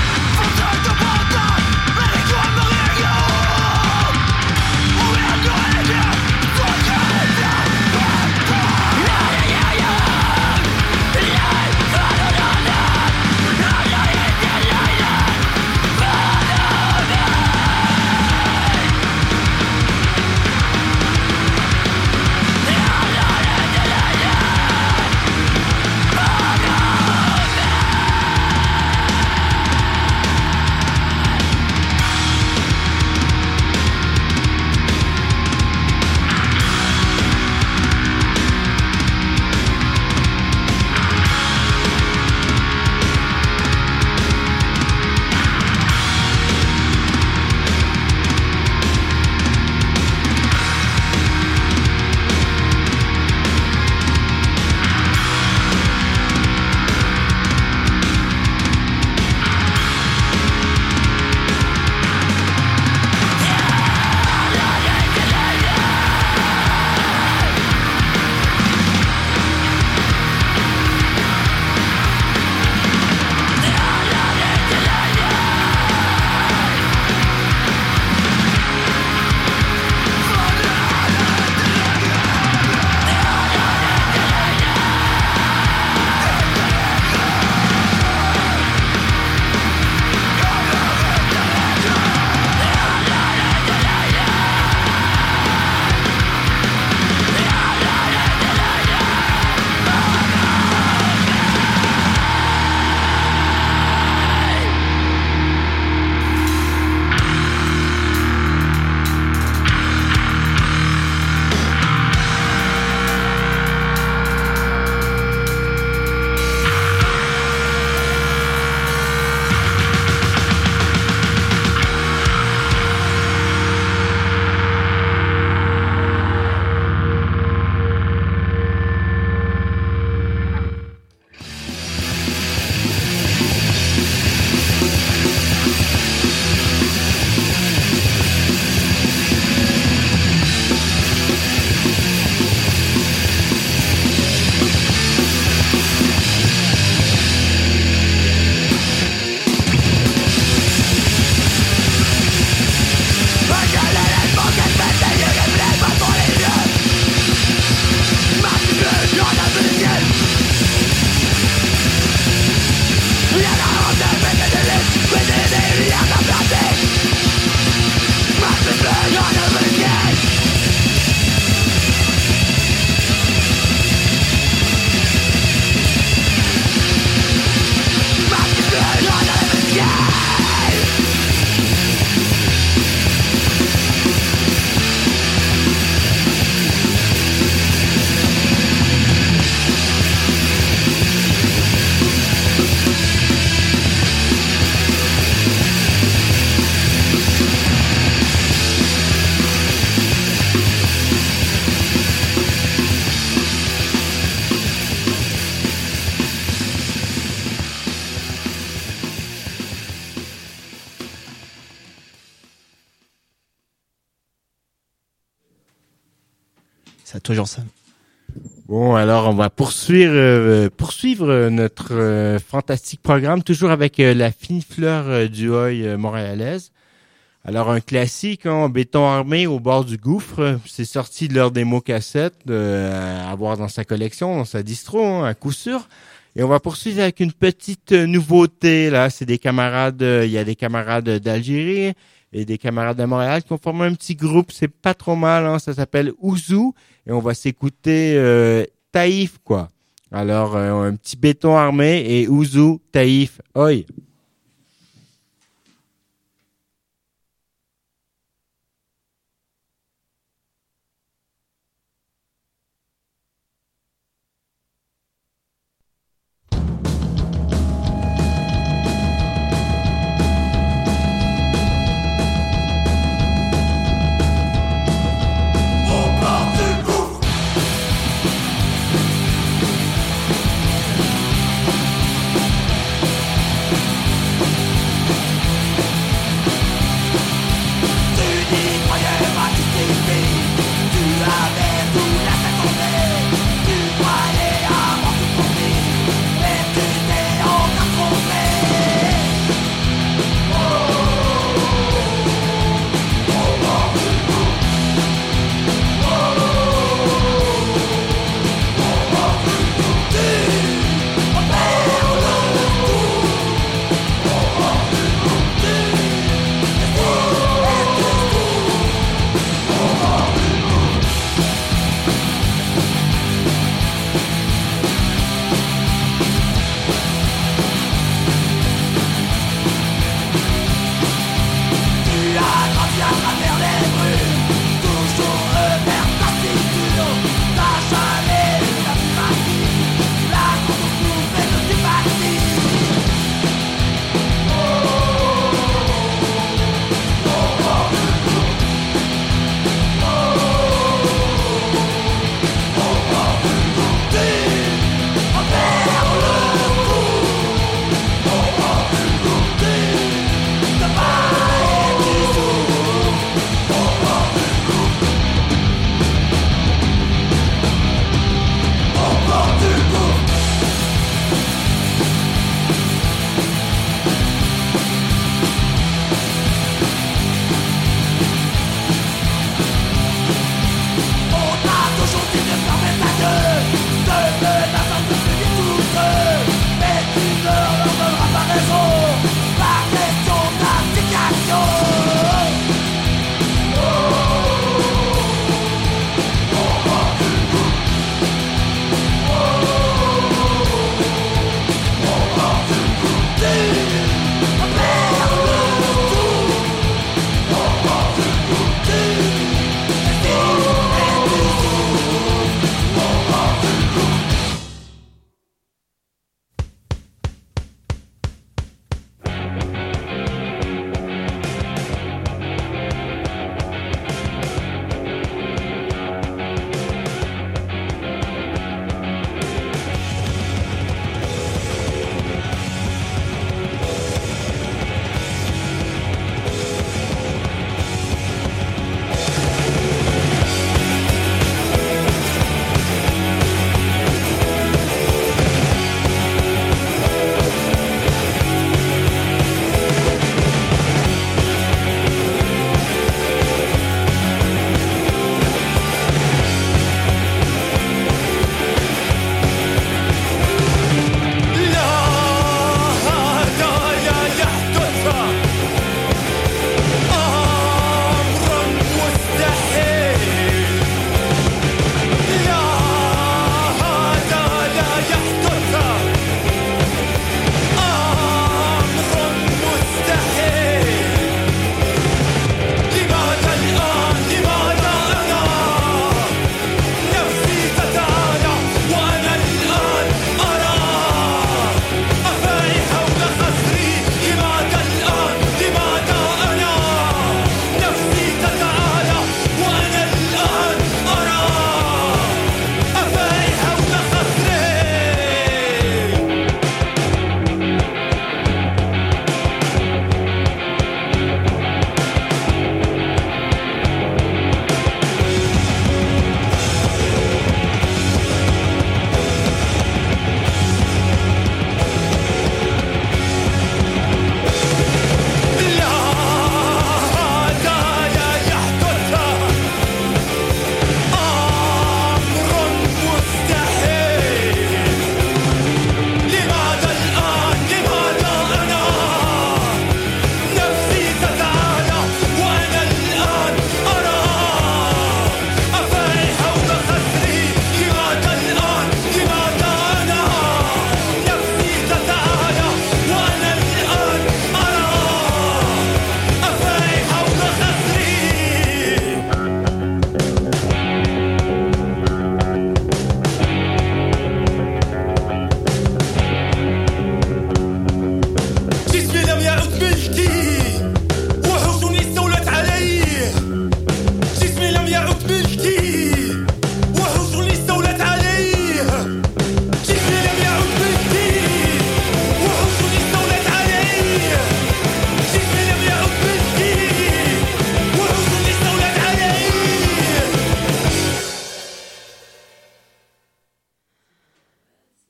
à toi, Jean-Sam. Bon, alors on va poursuivre notre fantastique programme, toujours avec la fine fleur du Oi montréalaise. Alors un classique, en béton armé au bord du gouffre, c'est sorti de leur démo cassette à avoir dans sa collection, dans sa distro, à coup sûr. Et on va poursuivre avec une petite nouveauté, là, c'est des camarades, il y a des camarades d'Algérie et des camarades de Montréal qui ont formé un petit groupe, c'est pas trop mal, hein, ça s'appelle Ouzou, et on va s'écouter Taïf, quoi. Alors, un petit béton armé et Ouzou, Taïf, oi.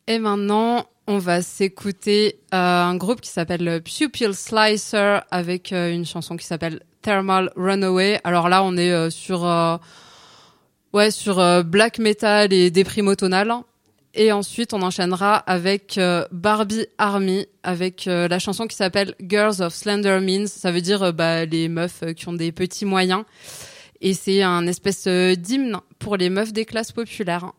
Et maintenant, on va s'écouter un groupe qui s'appelle Pupil Slicer avec une chanson qui s'appelle Thermal Runaway. Alors là, on est sur black metal et déprimo-tonal. Et ensuite, on enchaînera avec Barbie Army avec la chanson qui s'appelle Girls of Slender Means. Ça veut dire les meufs qui ont des petits moyens. Et c'est un espèce d'hymne pour les meufs des classes populaires.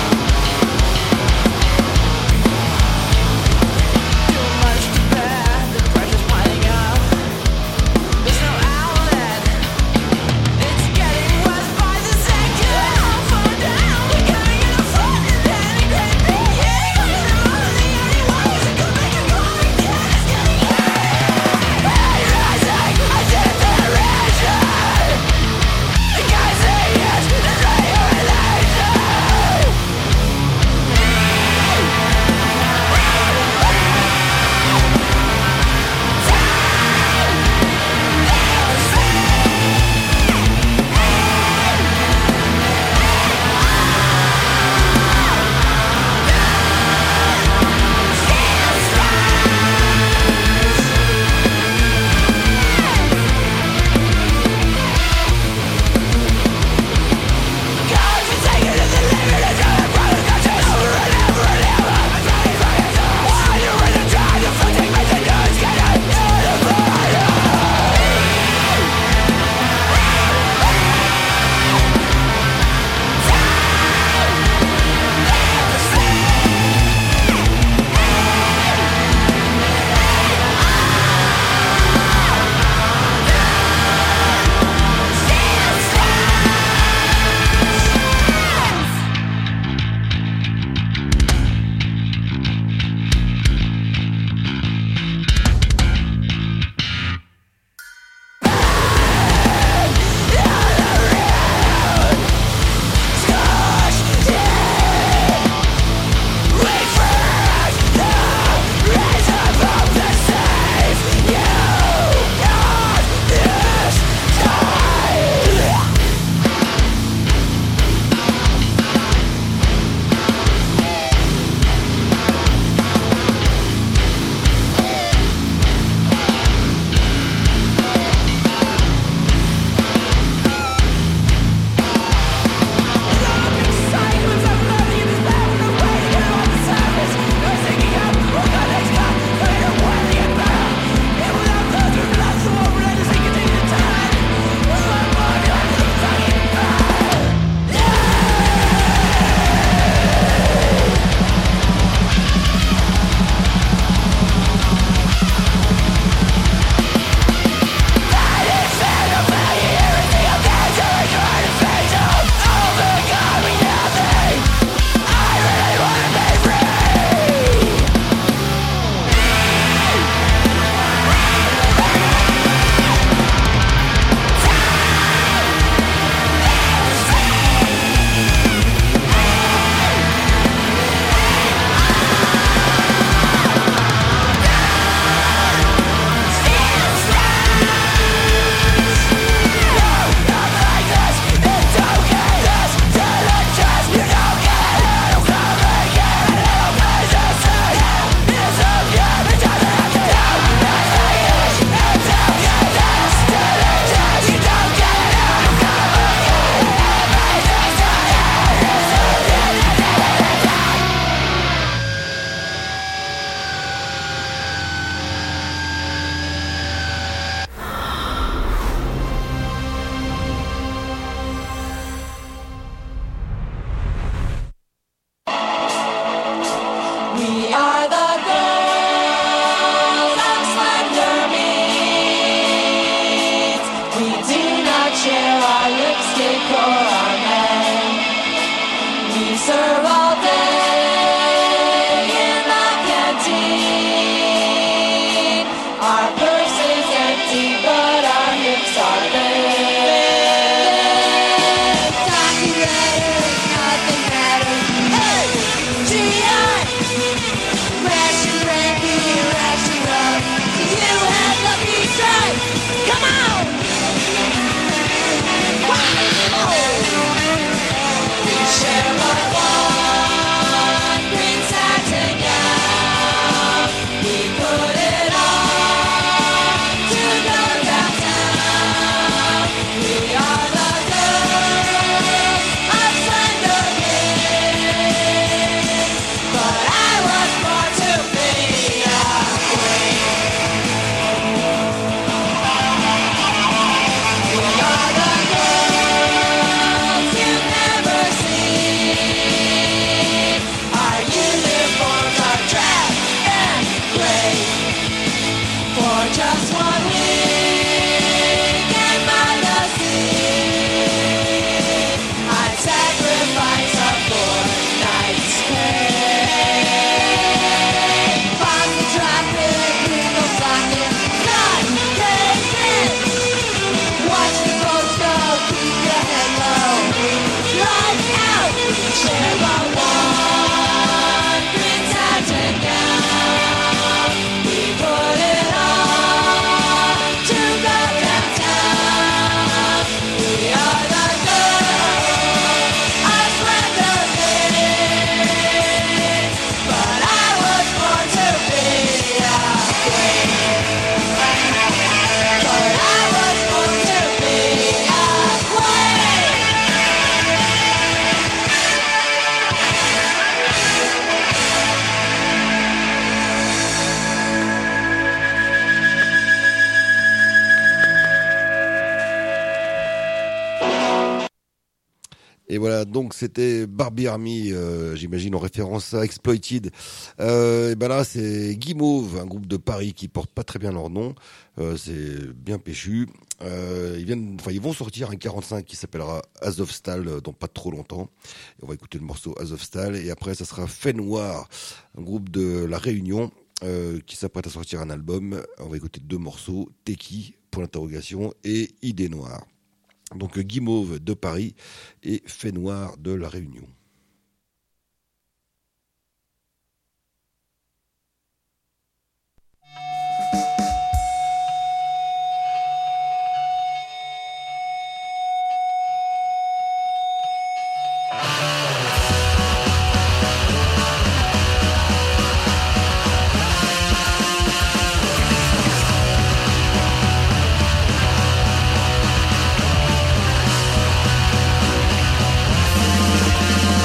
Much too bad. Et voilà, donc c'était Barbie Army, j'imagine en référence à Exploited. Et ben là, c'est Guimauve, un groupe de Paris qui porte pas très bien leur nom. C'est bien péchu. Ils vont sortir un 45 qui s'appellera Azovstal dans pas trop longtemps. Et on va écouter le morceau Azovstal. Et après, ça sera Fait Noir, un groupe de La Réunion qui s'apprête à sortir un album. On va écouter 2 morceaux, Teki, pour l'interrogation, et Idée Noire. Donc Guimauve de Paris et Fait Noir de La Réunion. Thank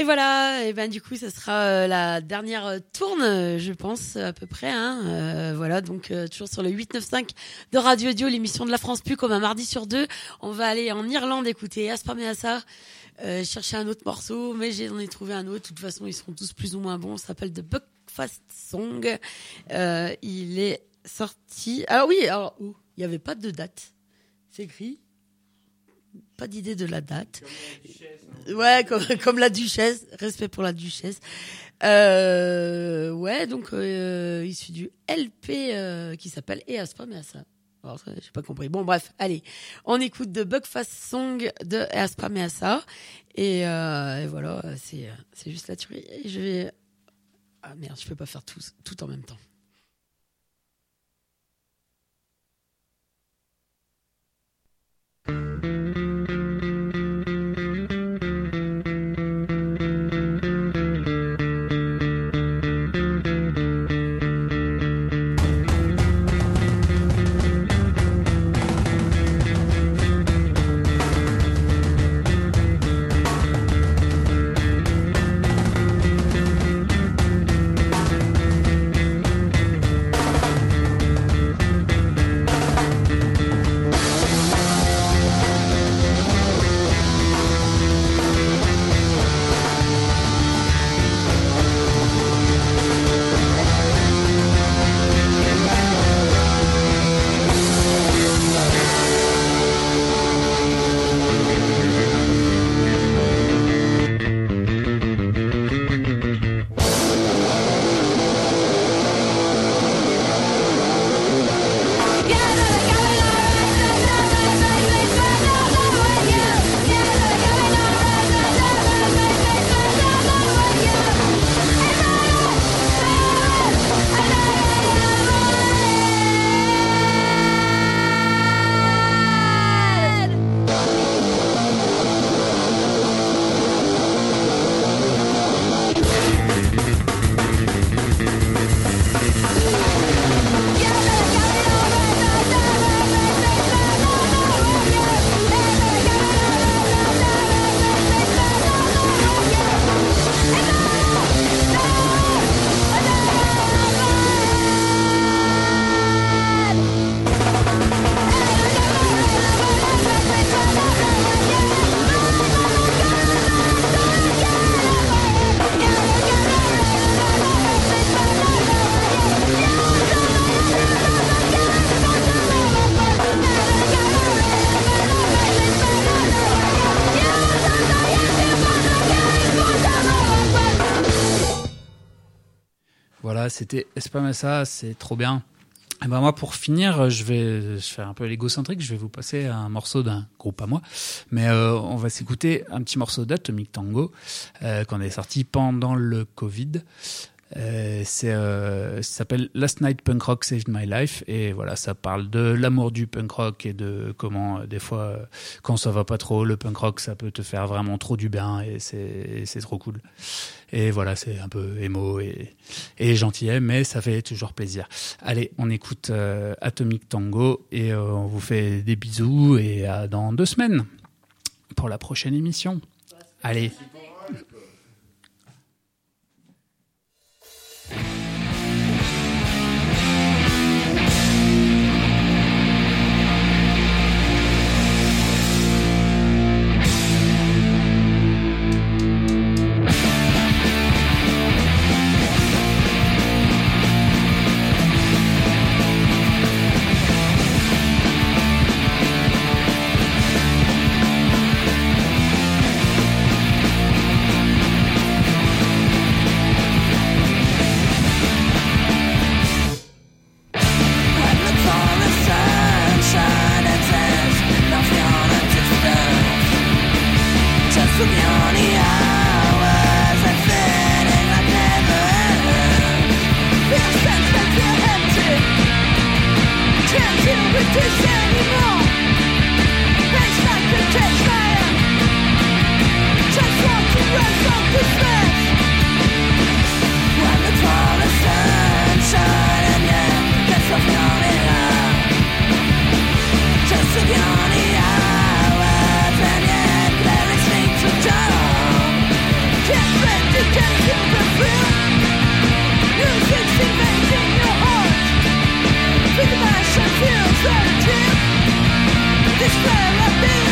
voilà, et ben du coup, ça sera la dernière tourne, je pense, à peu près. Voilà, donc toujours sur le 895 de Radio Audio, l'émission de la France Pu, comme un mardi sur deux. On va aller en Irlande écouter Aspar Measa, chercher un autre morceau, mais j'en ai trouvé un autre. De toute façon, ils seront tous plus ou moins bons. Ça s'appelle The Buckfast Song. Il est sorti... Alors oui, il n'y avait pas de date. C'est écrit. Pas d'idée de la date. Ouais, comme la Duchesse. Respect pour la Duchesse. Ouais, donc issu du LP qui s'appelle Et Aspar Measa. Alors, ça, j'ai pas compris. Bon, bref, allez. On écoute The Buckfast Song de Aspar Measa. Et voilà, c'est juste la tuerie. Et je vais... Ah merde, je peux pas faire tout en même temps. Voilà, c'était Aspar Measa, c'est trop bien. Et ben moi, pour finir, je vais faire un peu l'égocentrique, je vais vous passer un morceau d'un groupe à moi, mais on va s'écouter un petit morceau d'Atomic Tango qu'on est sorti pendant le Covid. Ça s'appelle Last Night Punk Rock Saved My Life, et voilà, ça parle de l'amour du punk rock et de comment des fois quand ça va pas trop, le punk rock ça peut te faire vraiment trop du bien, et c'est trop cool. Et voilà, c'est un peu émo et gentillet, mais ça fait toujours plaisir. Allez, on écoute Atomic Tango, et on vous fait des bisous, et à dans 2 semaines pour la prochaine émission. Allez. Can't ship. This fella